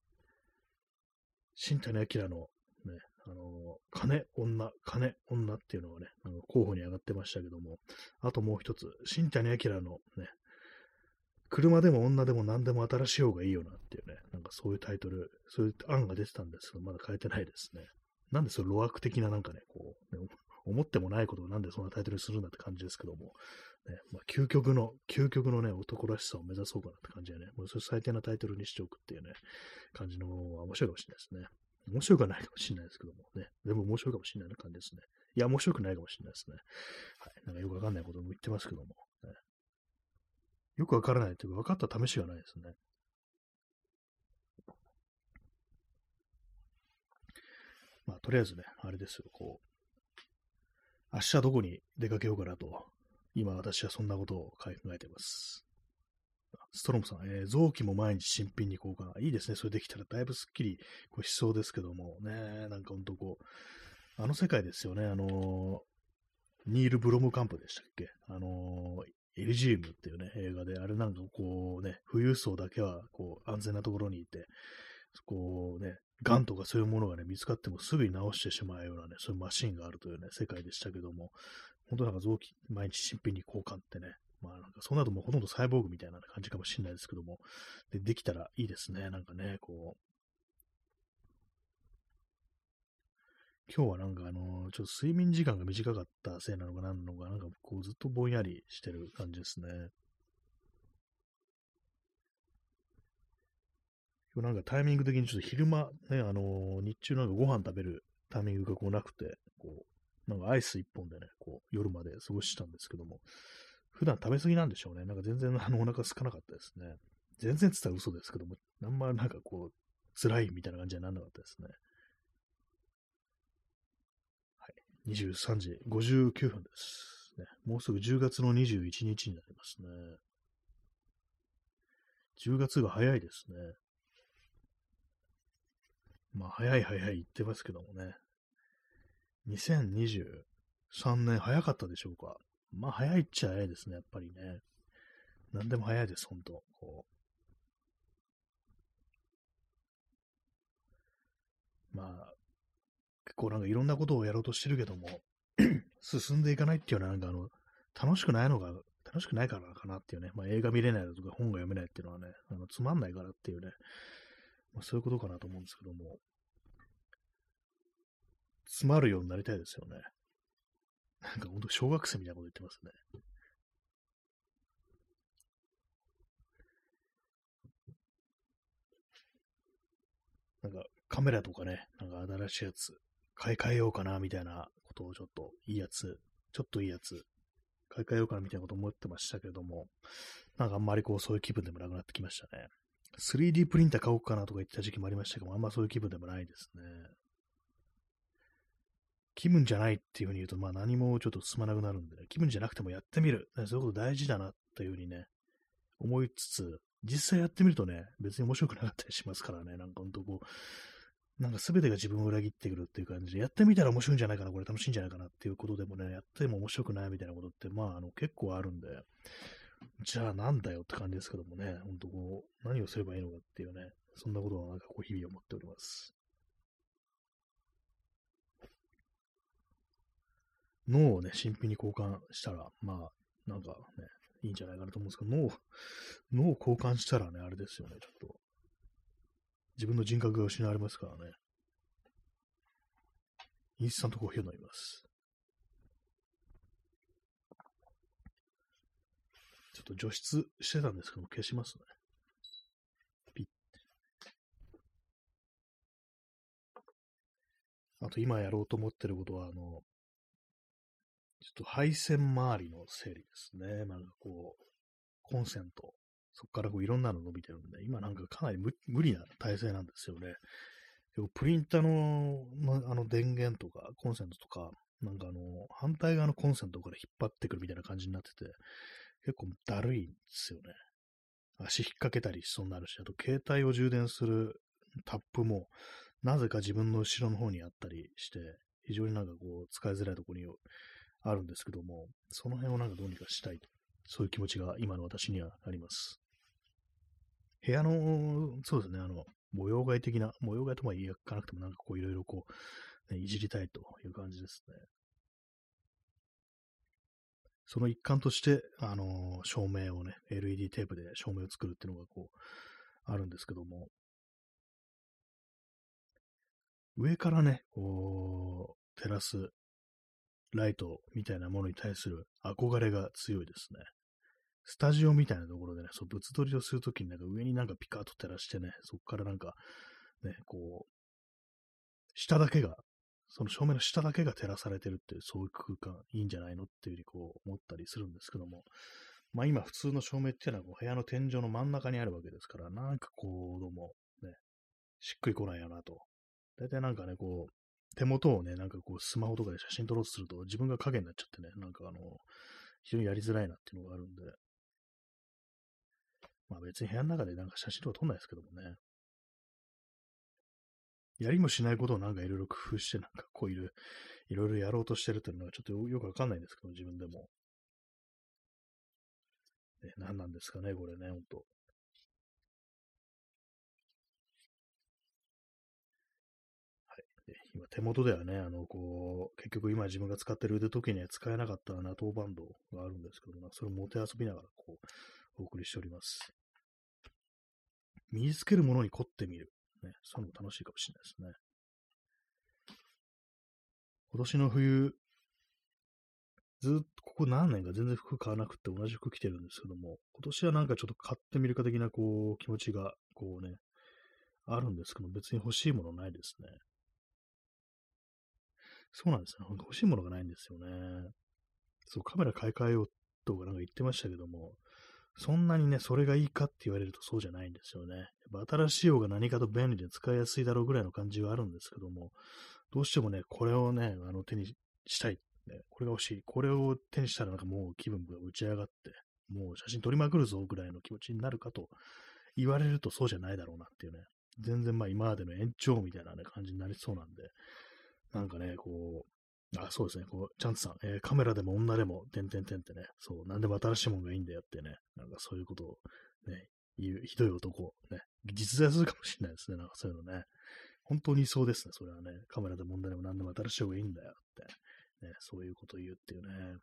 新谷明のね、金、女っていうのがね、候補に上がってましたけども、あともう一つ、新谷明のね、車でも女でも何でも新しい方がいいよなっていうね、なんかそういうタイトル、そういう案が出てたんですけど、まだ変えてないですね。なんでその路悪的ななんかね、こう、ね、思ってもないことをなんでそんなタイトルにするんだって感じですけども、ね、まあ、究極のね、男らしさを目指そうかなって感じでね、もうそれ最低なタイトルにしておくっていうね、感じのは面白いかもしれないですね。面白くはないかもしれないですけどもね。でも面白いかもしれないな感じですね。いや、面白くないかもしれないですね。はい。なんかよくわかんないことも言ってますけども、ね。よくわからないというか、分かった試しがないですね。まあ、とりあえずね、あれですよ、こう、明日どこに出かけようかなと、今私はそんなことを考えています。ストロムさん、臓器も毎日新品に交換。いいですね。それできたらだいぶスッキリこうしそうですけども、ね、なんかほんとこう、あの世界ですよね。ニール・ブロムカンプでしたっけエリジウムっていうね、映画で、あれなんかこうね、富裕層だけはこう安全なところにいて、こうね、ガンとかそういうものがね、見つかってもすぐに治してしまうようなね、そういうマシンがあるというね、世界でしたけども、本当なんか臓器、毎日新品に交換ってね、まあなんかそうなるともうほとんどサイボーグみたいな感じかもしれないですけども、できたらいいですね、なんかね、こう、今日はなんかちょっと睡眠時間が短かったせいなのかなんのか、なんかこうずっとぼんやりしてる感じですね。今日なんかタイミング的にちょっと昼間、ね、日中なんかご飯食べるタイミングがこうなくて、こう、なんかアイス一本でね、こう、夜まで過ごしたんですけども、普段食べ過ぎなんでしょうね。なんか全然お腹空かなかったですね。全然って言ったら嘘ですけども、あんまなんかこう、辛いみたいな感じにはなんなかったですね。はい。23時59分です。ね、もうすぐ10月の21日になりますね。10月が早いですね。まあ、早い早い言ってますけどもね。2023年早かったでしょうか。まあ、早いっちゃ早いですね、やっぱりね。何でも早いです、ほんと。こうまあ、結構なんかいろんなことをやろうとしてるけども、進んでいかないっていうのはなんか楽しくないのが、楽しくないからかなっていうね、まあ映画見れないだとか本が読めないっていうのはね、つまんないからっていうね、まあそういうことかなと思うんですけども、つまるようになりたいですよね。なんかほんと小学生みたいなこと言ってますね。なんかカメラとかね、なんか新しいやつ、買い替えようかなみたいなことをちょっといいやつ、ちょっといいやつ、買い替えようかなみたいなこと思ってましたけども、なんかあんまりこうそういう気分でもなくなってきましたね。3D プリンター買おうかなとか言った時期もありましたけども、あんまそういう気分でもないですね。気分じゃないっていうふうに言うと、まあ何もちょっと進まなくなるんでね、気分じゃなくてもやってみる。そういうこと大事だなっていうふうにね、思いつつ、実際やってみるとね、別に面白くなかったりしますからね、なんかほんとこう、なんか全てが自分を裏切ってくるっていう感じで、やってみたら面白いんじゃないかな、これ楽しいんじゃないかなっていうことでもね、やっても面白くないみたいなことって、まあ結構あるんで、じゃあなんだよって感じですけどもね、ほんとこう、何をすればいいのかっていうね、そんなことはなんかこう日々思っております。脳をね、新品に交換したら、まあ、なんかね、いいんじゃないかなと思うんですけど、脳を交換したらね、あれですよね、ちょっと、自分の人格が失われますからね。インスタントコーヒーを飲みます。 ちょっと除湿してたんですけども、消しますね。ピッ。あと今やろうと思ってることは、ちょっと配線周りの整理ですね。なんかこう、コンセント、そこからこういろんなの伸びてるんで、今なんかかなり無理な体勢なんですよね。プリンターの、電源とか、コンセントとか、なんか反対側のコンセントから引っ張ってくるみたいな感じになってて、結構だるいんですよね。足引っ掛けたりしそうになるし、あと携帯を充電するタップも、なぜか自分の後ろの方にあったりして、非常になんかこう、使いづらいところにあるんですけども、その辺をなんかどうにかしたいと。そういう気持ちが今の私にはあります。部屋の、そうですね、模様替え的な、模様替えとは言いかなくてもなんかこういろいろこう、ね、いじりたいという感じですね。その一環として、照明をね、LED テープで照明を作るっていうのがこう、あるんですけども、上からね、こう、照らすライトみたいなものに対する憧れが強いですね。スタジオみたいなところでね、そう、物撮りをするときになんか上になんかピカッと照らしてね、そこからなんか、ね、こう、下だけが、その照明の下だけが照らされてるっていう、そういう空間いいんじゃないのっていうふうにこう思ったりするんですけども、まあ今普通の照明っていうのはこう部屋の天井の真ん中にあるわけですから、なんかこう、どうもね、しっくりこないよなと。大体なんかね、こう、手元をね、なんかこうスマホとかで写真撮ろうとすると自分が影になっちゃってね、なんか非常にやりづらいなっていうのがあるんで、まあ別に部屋の中でなんか写真とか撮んないですけどもね、やりもしないことをなんかいろいろ工夫して、なんかこういろいろやろうとしてるっていうのはちょっとよくわかんないんですけど、自分でも。何なんですかね、これね、ほんと。はい。今、手元ではね、こう、結局今自分が使ってる腕時計には使えなかったナトーバンドがあるんですけども、それを持て遊びながら、こう、お送りしております。身につけるものに凝ってみる。ね、そういうのも楽しいかもしれないですね。今年の冬、ずっとここ何年か全然服買わなくて同じ服着てるんですけども、今年はなんかちょっと買ってみるか的なこう気持ちがこうね、あるんですけど、別に欲しいものないですね。そうなんですね。欲しいものがないんですよね。そう、カメラ買い替えようとかなんか言ってましたけども、そんなにね、それがいいかって言われるとそうじゃないんですよね。やっぱ新しい方が何かと便利で使いやすいだろうぐらいの感じはあるんですけども、どうしてもね、これをね、手にしたい、ね。これが欲しい。これを手にしたらなんかもう気分が打ち上がって、もう写真撮りまくるぞぐらいの気持ちになるかと言われるとそうじゃないだろうなっていうね。全然まあ今までの延長みたいなね、感じになりそうなんで、なんかね、こう、あ、そうですね、こう、チャンツさん、カメラでも女でも、てんてんてんってね、そう、なんでも新しいものがいいんだよってね、なんかそういうことをね、言うひどい男、ね、実在するかもしれないですね、なんかそういうのね。本当にそうですね、それはね。カメラでも女でも何でも新しい方がいいんだよって、ね、そういうことを言うっていうね。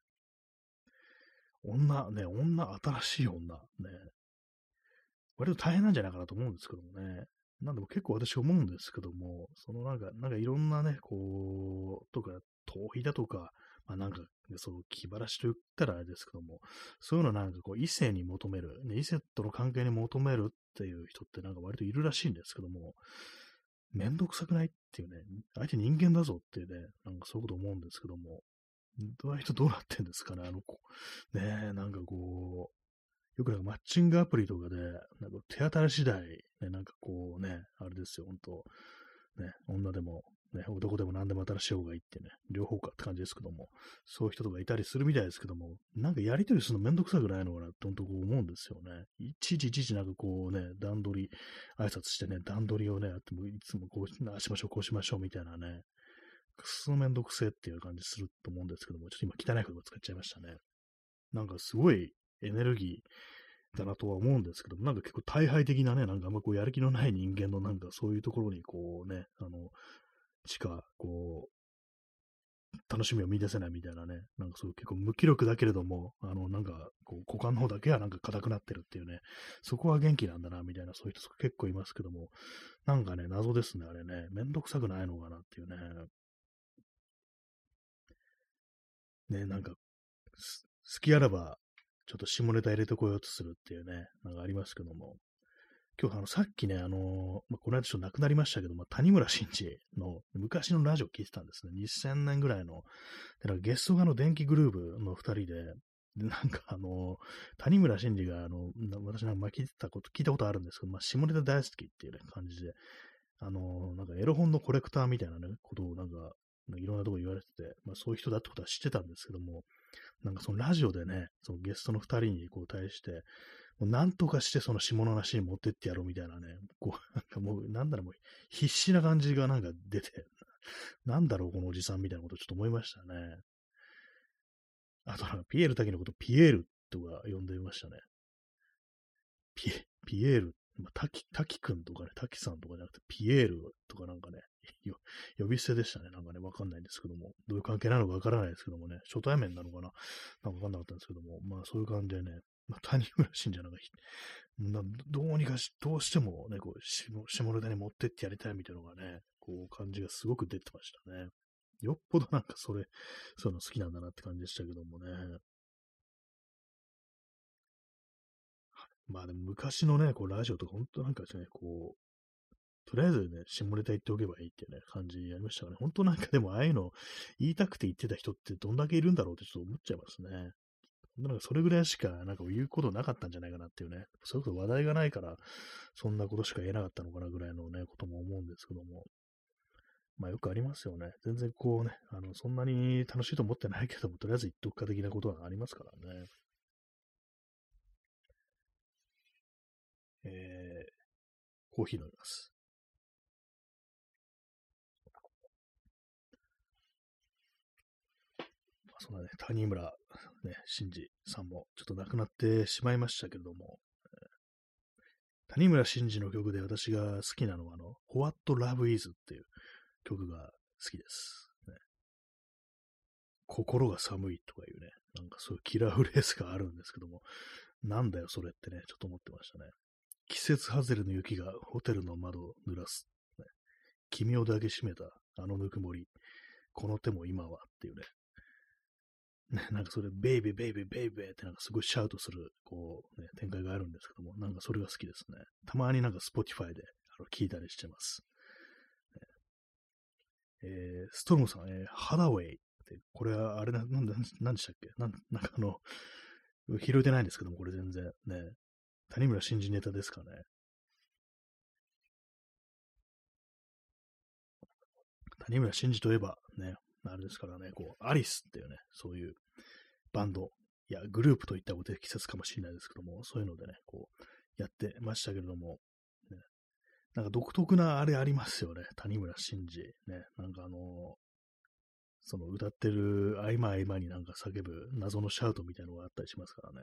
新しい女、ね、割と大変なんじゃないかなと思うんですけどもね。なんでも結構私思うんですけども、そのなんかいろんなね、こう、とか、逃避だとか、まあなんか、そう、気晴らしと言ったらあれですけども、そういうのなんかこう、異性に求める、ね、異性との関係に求めるっていう人ってなんか割といるらしいんですけども、めんどくさくないっていうね、相手人間だぞっていうね、なんかそういうこと思うんですけども、どういう人どうなってんですかね、あの子。ねえ、なんかこう、よくなんかマッチングアプリとかで、なんか手当たり次第、ね、なんかこうね、あれですよ、本当ね、女でも、ね、男でも何でも新しい方がいいってね、両方かって感じですけども、そういう人とかいたりするみたいですけども、なんかやりとりするのめんどくさくないのかなって本当こう思うんですよね。いちいちなんかこうね、段取り、挨拶してね、段取りをね、やってもいつもこう、ああしましょう、こうしましょうみたいなね、くそめんどくせえっていう感じすると思うんですけども、ちょっと今汚い言葉使っちゃいましたね。なんかすごいエネルギーだなとは思うんですけども、なんか結構大敗的なね、なんかあんまこうやる気のない人間のなんかそういうところにこうね、しかこう、楽しみを見出せないみたいなね、なんかそういう結構無気力だけれども、なんかこう股間の方だけはなんか硬くなってるっていうね、そこは元気なんだなみたいな、そういう人結構いますけども、なんかね、謎ですね、あれね、めんどくさくないのかなっていうね、ね、なんか、好きあらば、 ちょっと下ネタ入れてこようとするっていうね、なんかありますけども、今日さっきね、この間ちょっと亡くなりましたけど、谷村新司の昔のラジオ聞いてたんですね。2000年ぐらいの。でゲストが電気グルーヴの二人で、なんか谷村新司が私なんか聞いたことあるんですけど、下ネタ大好きっていうね、感じで、なんかエロ本のコレクターみたいなね、ことをなんか、いろんなとこ言われてて、そういう人だってことは知ってたんですけども、なんかそのラジオでね、そのゲストの二人に対して、もうなんとかしてその下の話に持ってってやろうみたいなね、なんかもう、なんだろう、もう必死な感じがなんか出て、なんだろう、このおじさんみたいなことをちょっと思いましたね。あとなんか、ピエール滝のことピエールとか呼んでましたね。ピエール、滝くんとかね、滝さんとかじゃなくて、ピエールとかなんかね、呼び捨てでしたね。なんかね、わかんないんですけども、どういう関係なのかわからないですけどもね、初対面なのかななんかわかんなかったんですけども、そういう感じでね、谷村新司なんかどうにかどうしてもね、下ネタに持ってってやりたいみたいなのがね、感じがすごく出てましたね。よっぽどなんかそういうの好きなんだなって感じでしたけどもね。でも昔のね、ラジオとか本当なんかですね、とりあえずね、下ネタ言っておけばいいっていうね、感じありましたからね。本当なんかでもああいうの言いたくて言ってた人ってどんだけいるんだろうってちょっと思っちゃいますね。なんかそれぐらいしかなんか言うことなかったんじゃないかなっていうね。それこそ話題がないから、そんなことしか言えなかったのかなぐらいのね、ことも思うんですけども。よくありますよね。全然そんなに楽しいと思ってないけども、とりあえず言っとくか的なことはありますからね。コーヒー飲みます。そんなね、谷村、ね、新司さんもちょっと亡くなってしまいましたけれども、谷村新司の曲で私が好きなのは、What Love Is っていう曲が好きです。ね、心が寒いとかいうね、なんかそういうキラーフレーズがあるんですけども、なんだよそれってね、ちょっと思ってましたね。季節外れの雪がホテルの窓を濡らす。ね、君を抱きしめたあのぬくもり。この手も今はっていうね。なんかそれ、ベイベーベイベーベイベーってなんかすごいシャウトする、展開があるんですけども、なんかそれが好きですね。たまになんか Spotify で聞いたりしてます。ストロムさん、ハダウェイって、これはあれなんでしたっけなんか拾えてないんですけども、これ全然ね、谷村新司ネタですかね。谷村新司といえばね、あれですからね、アリスっていうね、そういうバンド、いや、グループといったお適切かもしれないですけども、そういうのでね、やってましたけれども、ね、なんか独特なあれありますよね、谷村新司。ね、なんかその歌ってる合間合間になんか叫ぶ謎のシャウトみたいなのがあったりしますからね。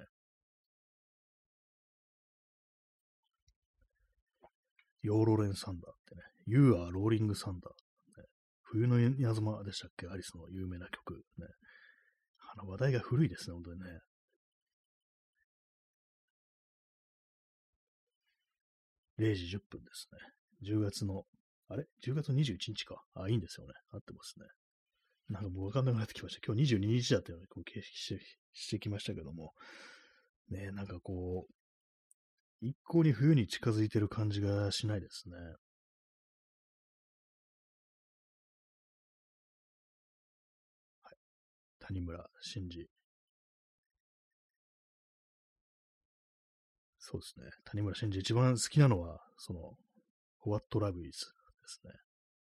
ヨーロレン・サンダーってね、You are Rolling Thunder、ね。冬の稲妻でしたっけアリスの有名な曲。ね、話題が古いですね、本当にね。0時10分ですね。10月の、あれ ?10 月21日か。いいんですよね。合ってますね。なんかもうわかんなくなってきました。今日22日だったように形式してきましたけども。ね、なんか一向に冬に近づいてる感じがしないですね。はい、谷村新司。そうですね。谷村新司一番好きなのは、What Love Is ですね。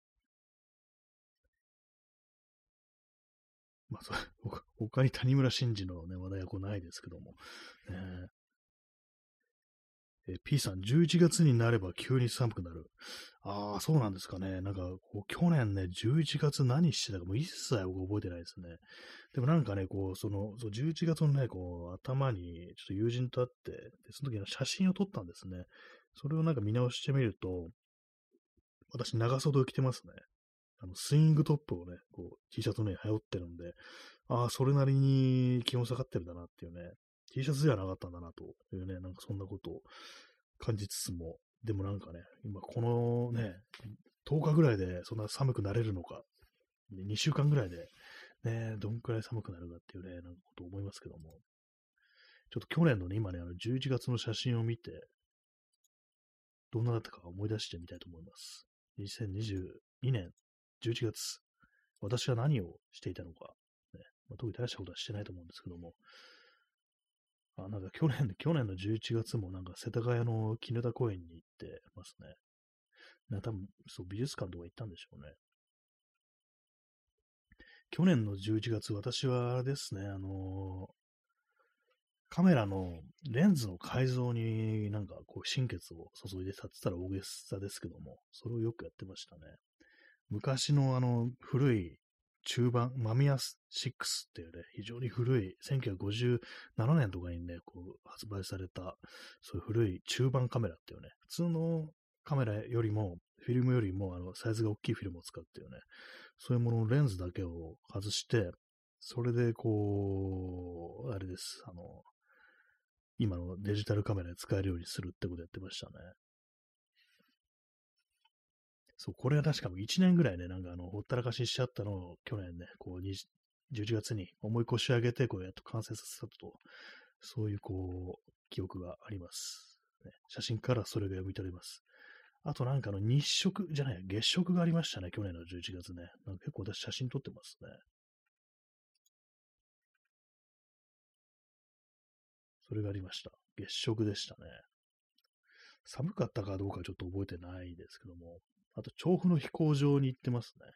他に谷村新司のね、話題はないですけども。P さん、11月になれば急に寒くなる。ああ、そうなんですかね。なんか、去年ね、11月何してたかもう一切僕覚えてないですね。でもなんかね、11月のね、頭に、ちょっと友人と会って、で、その時の写真を撮ったんですね。それをなんか見直してみると、私、長袖を着てますね。スイングトップをね、T シャツね、羽織ってるんで、ああ、それなりに気温下がってるんだなっていうね、T シャツではなかったんだなというね、なんかそんなことを感じつつも、でもなんかね、今このね、10日ぐらいでそんな寒くなれるのか、2週間ぐらいでね、どんくらい寒くなるかっていうね、なんかこと思いますけども。 ちょっと去年のね、今ね、11月の写真を見て、どんなだったか思い出してみたいと思います。2022年11月、私は何をしていたのか、ね、特に大したことはしてないと思うんですけども、なんか去年の11月もなんか世田谷の絹田公園に行ってますね。多分、そう、美術館とか行ったんでしょうね。去年の11月、私はあれですね、カメラのレンズの改造になんかこう心血を注いでたって言ったら大げさですけども、それをよくやってましたね。昔の古い中盤、マミヤ6っていうね、非常に古い、1957年とかにね、こう発売された、そういう古い中盤カメラっていうね、普通のカメラよりも、フィルムよりもサイズが大きいフィルムを使っていうね、そういうもののレンズだけを外して、それでこう、あれです、今のデジタルカメラで使えるようにするってことやってましたね。そう、これは確か1年ぐらいね、なんかほったらかししちゃったのを去年ね、こう、11月に思い越し上げて、こうやっと完成させたと、そういうこう、記憶があります。ね、写真からそれが読み取れます。あとなんか日食じゃない、月食がありましたね、去年の11月ね。なんか結構私写真撮ってますね。それがありました。月食でしたね。寒かったかどうかちょっと覚えてないですけども、あと調布の飛行場に行ってますね。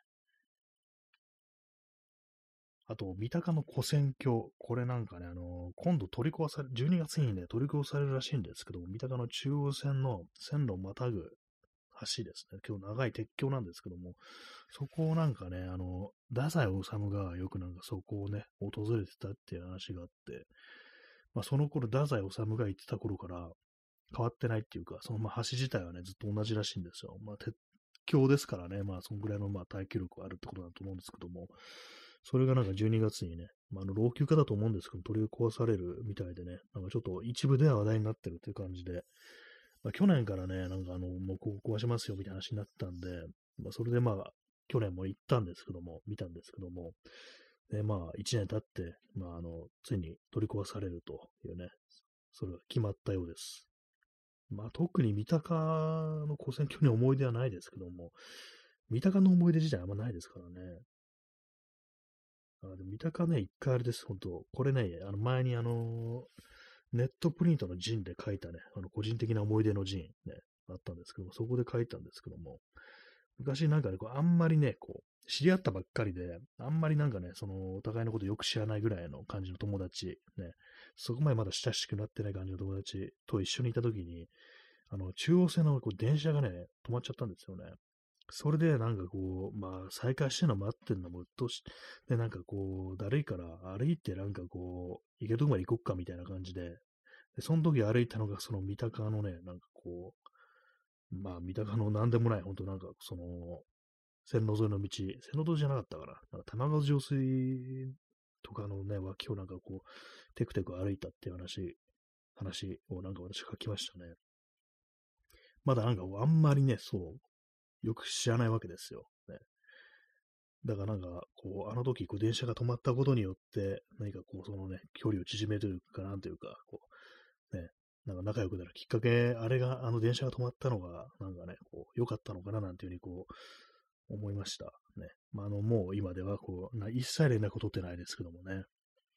あと、三鷹の古戦橋。これなんかね、今度取り壊され、12月にね、取り壊されるらしいんですけど、三鷹の中央線の線路をまたぐ橋ですね。今日長い鉄橋なんですけども、そこをなんかね、太宰治がよくなんかそこをね、訪れてたっていう話があって、まあその頃、太宰治が言ってた頃から変わってないっていうか、そのまあ橋自体はね、ずっと同じらしいんですよ。まあ鉄橋ですからね、まあそのぐらいのまあ耐久力があるってことだと思うんですけども、それがなんか12月にね、老朽化だと思うんですけど、取り壊されるみたいでね、なんかちょっと一部では話題になってるっていう感じで、去年からね、なんかもうここ壊しますよみたいな話になってたんで、それで去年も行ったんですけども、見たんですけども、で、1年経って、ついに取り壊されるというね、それが決まったようです。特に三鷹の古戦橋に思い出はないですけども、三鷹の思い出自体あんまないですからね。でも三鷹ね、一回あれです、本当これね、前にネットプリントのジンで書いたね、個人的な思い出のジンね、あったんですけども、そこで書いたんですけども、昔なんかね、あんまりね、知り合ったばっかりで、あんまりなんかね、お互いのことよく知らないぐらいの感じの友達、ね、そこまでまだ親しくなってない感じの友達と一緒にいたときに、中央線の電車がね、止まっちゃったんですよね。それで、なんか再開してるの待ってんのもうっとし、で、なんかだるいから歩いてなんか行けるとこまで行こっかみたいな感じで、で、その時歩いたのがその三鷹のね、なんか三鷹のなんでもない、ほんとなんか線路沿いの道、線路沿いじゃなかったから、なんか玉川上水とかのね、脇をなんかテクテク歩いたっていう話をなんか私書きましたね。まだなんかあんまりね、そう、よく知らないわけですよ。ね、だからなんか、あの時、電車が止まったことによって、何かそのね、距離を縮めてるかなんというか、ね、なんか仲良くなるきっかけ、あれが、電車が止まったのが、なんかね、良かったのかななんていうふうに思いました。ね。もう今では、一切連絡を取ってないですけどもね。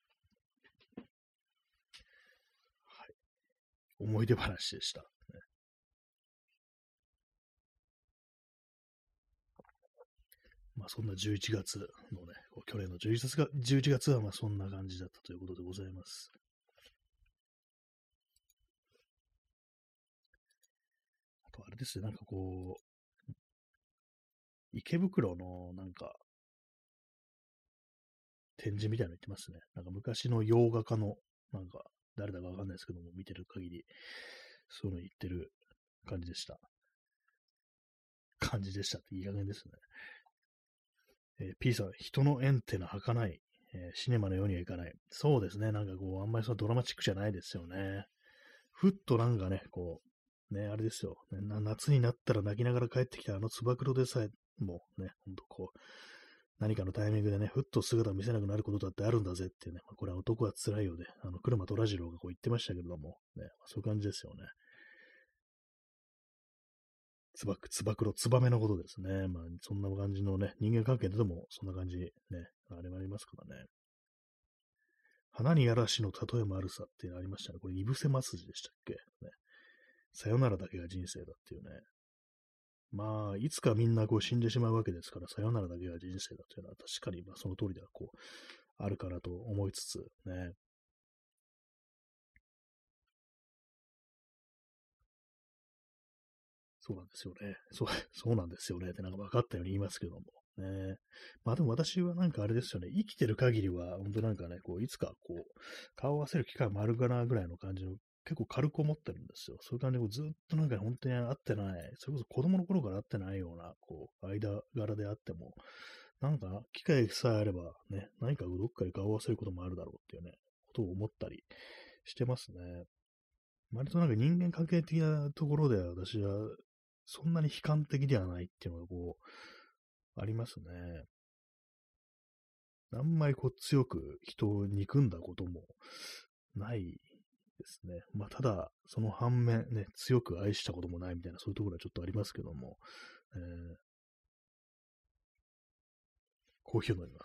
はい。思い出話でした。ね、そんな11月のね、去年の11月はそんな感じだったということでございます。あとあれですね、なんか池袋のなんか展示みたいなの言ってますね。なんか昔の洋画家の、なんか誰だかわかんないですけども、見てる限り、そういうの言ってる感じでした。感じでしたっていい加減ですね。P さん、人の縁ってのは儚い。シネマのようにはいかない。そうですね。なんかあんまりそのドラマチックじゃないですよね。ふっとなんかね、ね、あれですよ。夏になったら泣きながら帰ってきたあのつば九郎でさえ、もうね、ほんと何かのタイミングでね、ふっと姿を見せなくなることだってあるんだぜっていうね、これは男は辛いようで、車虎次郎がこう言ってましたけれども、ね、そういう感じですよね。つば九郎、ツバメのことですね。そんな感じのね、人間関係でもそんな感じ、ね、あれもありますからね。花に嵐の例えもあるさっていうのありましたね。これ、いぶせますじでしたっけね。さよならだけが人生だっていうね。いつかみんなこう死んでしまうわけですから、さよならだけが人生だというのは確かにその通りではこう、あるかなと思いつつ、ね。そうなんですよね。そうなんですよね。ってなんか分かったように言いますけども。ね。でも私はなんかあれですよね。生きてる限りは、本当なんかね、こう、いつかこう、顔を合わせる機会もあるかなぐらいの感じの、結構軽く思ってるんですよ。そういう感じでこうずっとなんか本当に会ってない、それこそ子供の頃から会ってないような、こう、間柄であっても、なんか、機会さえあればね、何かどっかで顔を合わせることもあるだろうっていうね、ことを思ったりしてますね。割となんか人間関係的なところでは私はそんなに悲観的ではないっていうのがこう、ありますね。あんまりこう強く人を憎んだこともないですね。ただ、その反面ね、強く愛したこともないみたいな、そういうところはちょっとありますけども、コーヒーを飲みます。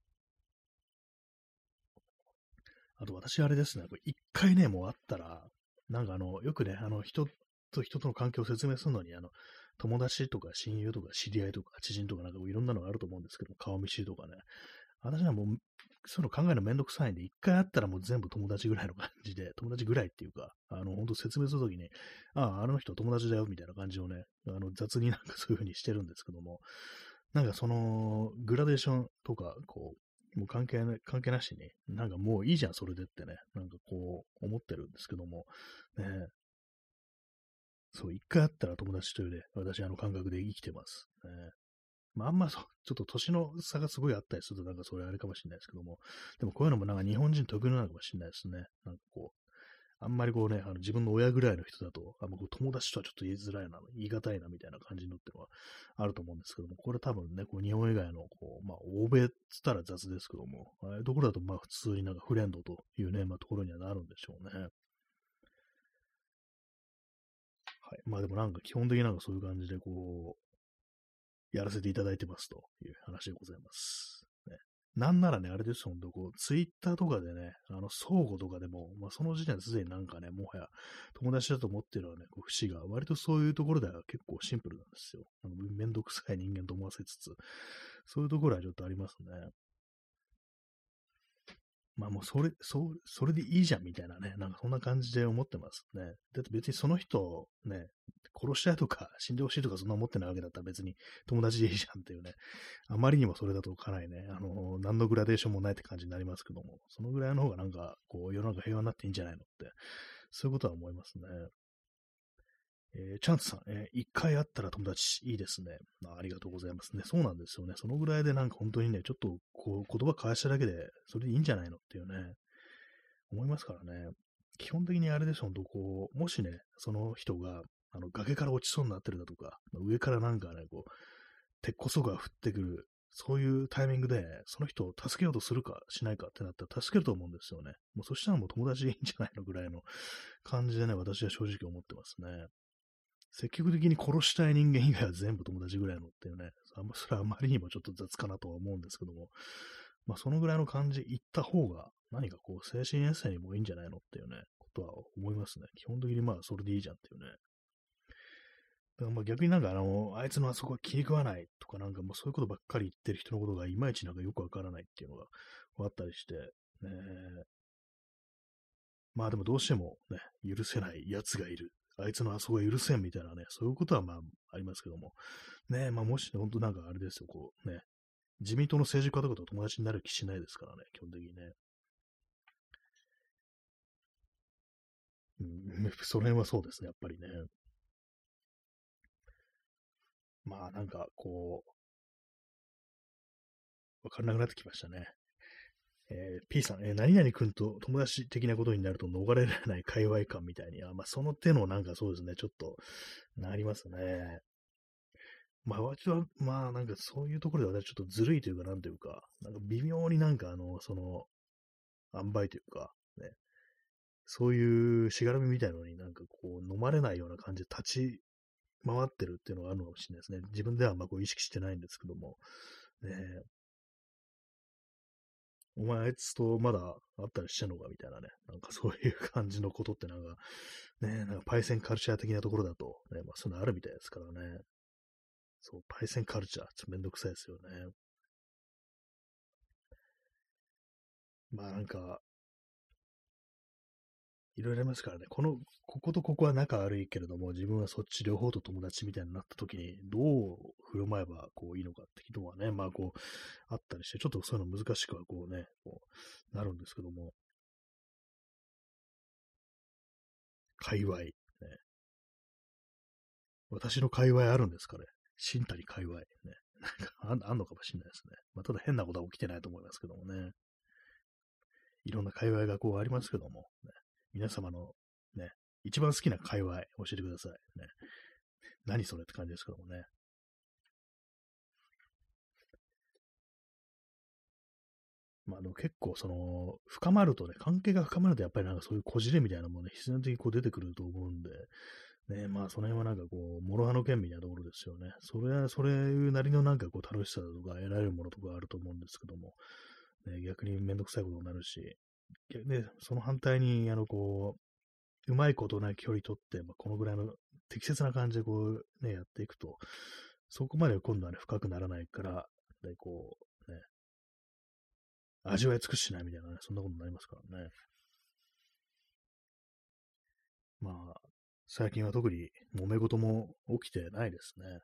あと私あれですね、これ一回ね、もうあったら、なんかよくね、人と人との関係を説明するのに、友達とか親友とか知り合いとか知人とかなんかいろんなのがあると思うんですけど、顔見知りとかね。私はもう、そういうの考えるのめんどくさいんで、一回会ったらもう全部友達ぐらいの感じで、友達ぐらいっていうか、本当説明するときに、あの人友達だよみたいな感じをね、雑になんかそういう風にしてるんですけども、なんかその、グラデーションとか、こう、もう関係なしに、なんかもういいじゃん、それでってね、なんかこう、思ってるんですけども、ね、そう、一回会ったら友達というね、私感覚で生きてます。ね、あんまそう、ちょっと年の差がすごいあったりすると、なんかそれあれかもしれないですけども、でもこういうのもなんか日本人特有なのかもしれないですね。なんかこう、あんまりこうね、自分の親ぐらいの人だと、こう友達とはちょっと言いづらいな、言い難いな、みたいな感じのってのはあると思うんですけども、これ多分ね、こう日本以外の、こう、欧米っつったら雑ですけども、ああいうところだと、普通になんかフレンドというね、ところにはなるんでしょうね。はい。でもなんか基本的になんかそういう感じで、こう、やらせていただいてますという話でございます。ね、なんならね、あれです、ほんと、こう、ツイッターとかでね、相互とかでも、その時点ですでになんかね、もはや友達だと思ってるのはね、こう節が、割とそういうところでは結構シンプルなんですよ。めんどくさい人間と思わせつつ、そういうところはちょっとありますね。もうそれでいいじゃんみたいなね、なんかそんな感じで思ってますね。だって別にその人ね、殺したいとか死んでほしいとかそんな思ってないわけだったら別に友達でいいじゃんっていうね、あまりにもそれだとかなりね、何のグラデーションもないって感じになりますけども、そのぐらいの方がなんか、こう世の中平和になっていいんじゃないのって、そういうことは思いますね。チャンツさん、一回会ったら友達、いいですね。ありがとうございますね。そうなんですよね。そのぐらいでなんか本当にね、ちょっとこう言葉交わしただけで、それでいいんじゃないのっていうね、思いますからね。基本的にあれです、本当こう、もしね、その人が、崖から落ちそうになってるだとか、上からなんかね、こう、鉄骨とか降ってくる、そういうタイミングで、その人を助けようとするかしないかってなったら助けると思うんですよね。もうそしたらもう友達でいいんじゃないのぐらいの感じでね、私は正直思ってますね。積極的に殺したい人間以外は全部友達ぐらいのっていうね、それはあまりにもちょっと雑かなとは思うんですけども、そのぐらいの感じ言った方が、何かこう、精神衛生にもいいんじゃないのっていうね、ことは思いますね。基本的にそれでいいじゃんっていうね。だから逆になんかあいつのあそこは気に食わないとかなんかもうそういうことばっかり言ってる人のことがいまいちなんかよくわからないっていうのがあったりして、ね、でもどうしてもね、許せない奴がいる。あいつのあそこは許せんみたいなね、そういうことはありますけども。ね、もしね、本当なんかあれですよ、こうね、自民党の政治家とかと友達になる気しないですからね、基本的にね。うん、その辺はそうですね、やっぱりね。なんかこう、わからなくなってきましたね。P さん、何々君と友達的なことになると逃れられない界隈感みたいに、その手のなんかそうですね、ちょっと、なりますね。 まあ、私は、まあ、なんかそういうところではね、ちょっとずるいというか、なんというか、なんか微妙になんかその、塩梅というか、ね、そういうしがらみみたいなのになんかこう、飲まれないような感じで立ち回ってるっていうのがあるのかもしれないですね。自分ではあんまこう意識してないんですけども、ね、お前あいつとまだ会ったりしてんのかみたいなね、なんかそういう感じのことってなんか、ね、なんかパイセンカルチャー的なところだと、ね、まあそういうのあるみたいですからね。そう、パイセンカルチャー、ちょっとめんどくさいですよね。まあなんか、いろいろありますからね。こことここは仲悪いけれども、自分はそっち両方と友達みたいになった時に、どう振る舞えばこういいのかっていうのはね、まあこう、あったりして、ちょっとそういうの難しくはこうね、こう、なるんですけども、界隈、ね。私の界隈あるんですかね。新谷界隈、ね。なんかあんのかもしれないですね。まあ、ただ変なことは起きてないと思いますけどもね。いろんな界隈がこうありますけども、ね、皆様のね、一番好きな界隈教えてください。ね。何それって感じですけどもね。まあ、結構その、深まるとね、関係が深まると、やっぱりなんかそういうこじれみたいなものね、必然的にこう出てくると思うんで、ね、まあその辺はなんかこう、諸刃の剣みたいなところですよね。それなりのなんかこう、楽しさとか得られるものとかあると思うんですけども、ね、逆にめんどくさいことになるし、で、その反対に、こう、うまいことね、距離取って、まあ、このぐらいの適切な感じでこう、ね、やっていくと、そこまで今度はね、深くならないから、で、こう、ね、味わい尽くしないみたいなね、そんなことになりますからね。まあ、最近は特に揉め事も起きてないですね。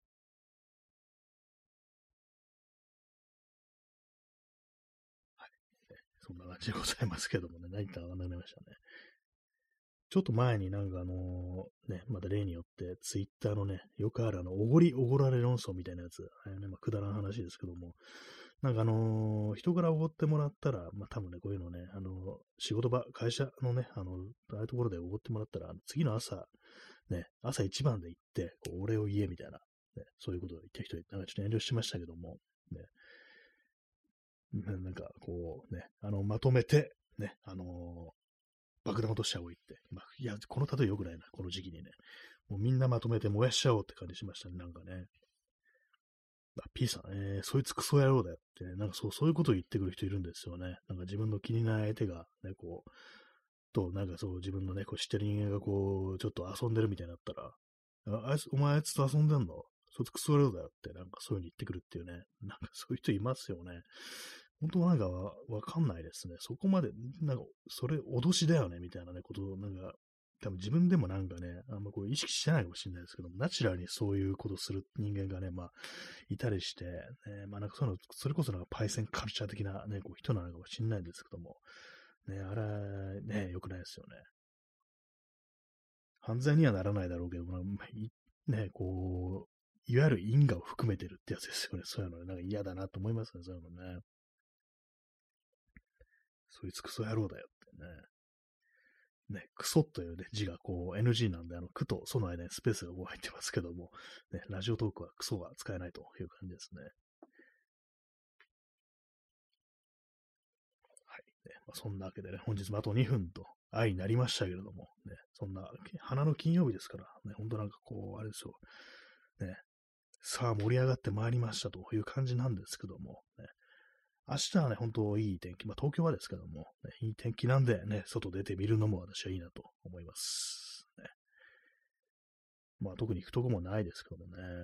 はい。そんな感じでございますけどもね、何かわかんなくなりましたね。ちょっと前になんかね、また例によって、ツイッターのね、よくあるおごられ論争みたいなやつ、ね、まあ、くだらん話ですけども、なんか人からおごってもらったら、まあ多分ね、こういうのね、仕事場、会社のね、ああいうところでおごってもらったら、次の朝、ね、朝一番で行って、こうお礼を言えみたいな、ね、そういうことを言ってる人いて、なんかちょっと遠慮しましたけども、ね、なんかこうね、まとめて、ね、爆弾落としちゃおうって。まあ、いや、この例え良くないな、この時期にね。もうみんなまとめて燃やしちゃおうって感じしましたね、なんかね。P さん、そいつクソ野郎だよってね、なんかそういうことを言ってくる人いるんですよね。なんか自分の気になる相手が、ね、こう、なんかそう自分のね、こう知ってる人間がこう、ちょっと遊んでるみたいになったら、お前あいつと遊んでんのそいつクソ野郎だよって、なんかそういう風に言ってくるっていうね。なんかそういう人いますよね。本当なんかわかんないですね。そこまで、なんか、それ脅しだよね、みたいなね、ことを、なんか、多分自分でもなんかね、あんまこう意識してないかもしれないですけども、ナチュラルにそういうことする人間がね、まあ、いたりして、まあなんかそういうの、それこそなんかパイセンカルチャー的なね、こう人なのかもしれないんですけども、ね、あれ、ね、良くないですよね。犯罪にはならないだろうけども、ね、こう、いわゆる因果を含めてるってやつですよね。そういうのね、なんか嫌だなと思いますね、そういうのね。そいつクソ野郎だよってね。ね、クソというね、字がこう NG なんで、クとソの間にスペースがこう入ってますけども、ね、ラジオトークはクソが使えないという感じですね。はい。ねまあ、そんなわけでね、本日もあと2分と愛になりましたけれども、ね、そんな、花の金曜日ですから、ね、本当なんかこう、あれですよ、ね、さあ盛り上がってまいりましたという感じなんですけども、ね、明日はね、本当いい天気、まあ東京はですけども、ね、いい天気なんでね、外出てみるのも私はいいなと思います。ね、まあ特に行くとこもないですけどもね。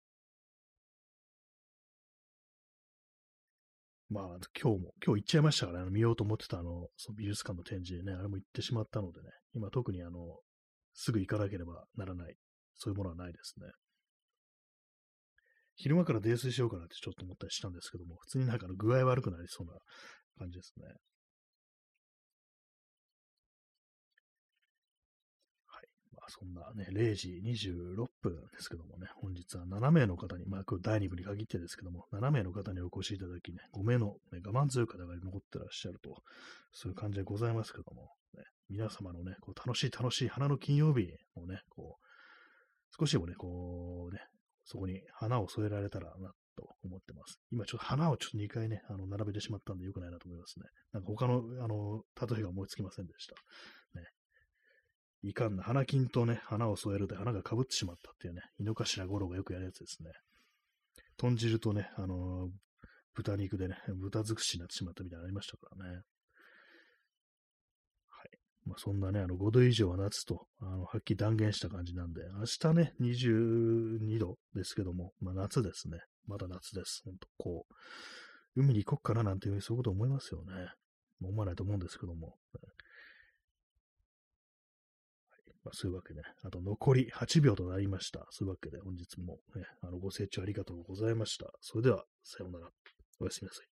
まあ今日行っちゃいましたからね、見ようと思ってたその美術館の展示ね、あれも行ってしまったのでね、今特にすぐ行かなければならない、そういうものはないですね。昼間から泥酔しようかなってちょっと思ったりしたんですけども、普通になんか具合悪くなりそうな感じですね。はい。まあ、そんなね、0時26分ですけどもね、本日は7名の方に、まあ、今日第2部に限ってですけども、7名の方にお越しいただきね、5名の、ね、我慢強い方が残ってらっしゃると、そういう感じでございますけども、ね、皆様のね、こう楽しい花の金曜日をね、こう、少しでもね、こうね、 そこに花を添えられたらなと思ってます。今ちょっと花をちょっと2回ね、並べてしまったんで良くないなと思いますね。なんか他の、例えが思いつきませんでした。ね。いかんな、花金とね、花を添えるで花が被ってしまったっていうね、井の頭五郎がよくやるやつですね。豚汁とね、豚肉でね、豚尽くしになってしまったみたいなのありましたからね。はい。まあ、そんなね、5度以上は夏と、はっきり断言した感じなんで、明日ね、22度ですけども、まあ、夏ですね。まだ夏です。ほんと、こう、海に行こっかななんていう、そういうこと思いますよね。思わないと思うんですけども。まあ、そういうわけで、ね、あと残り8秒となりました。そういうわけで、本日も、ね、ご清聴ありがとうございました。それでは、さようなら。おやすみなさい。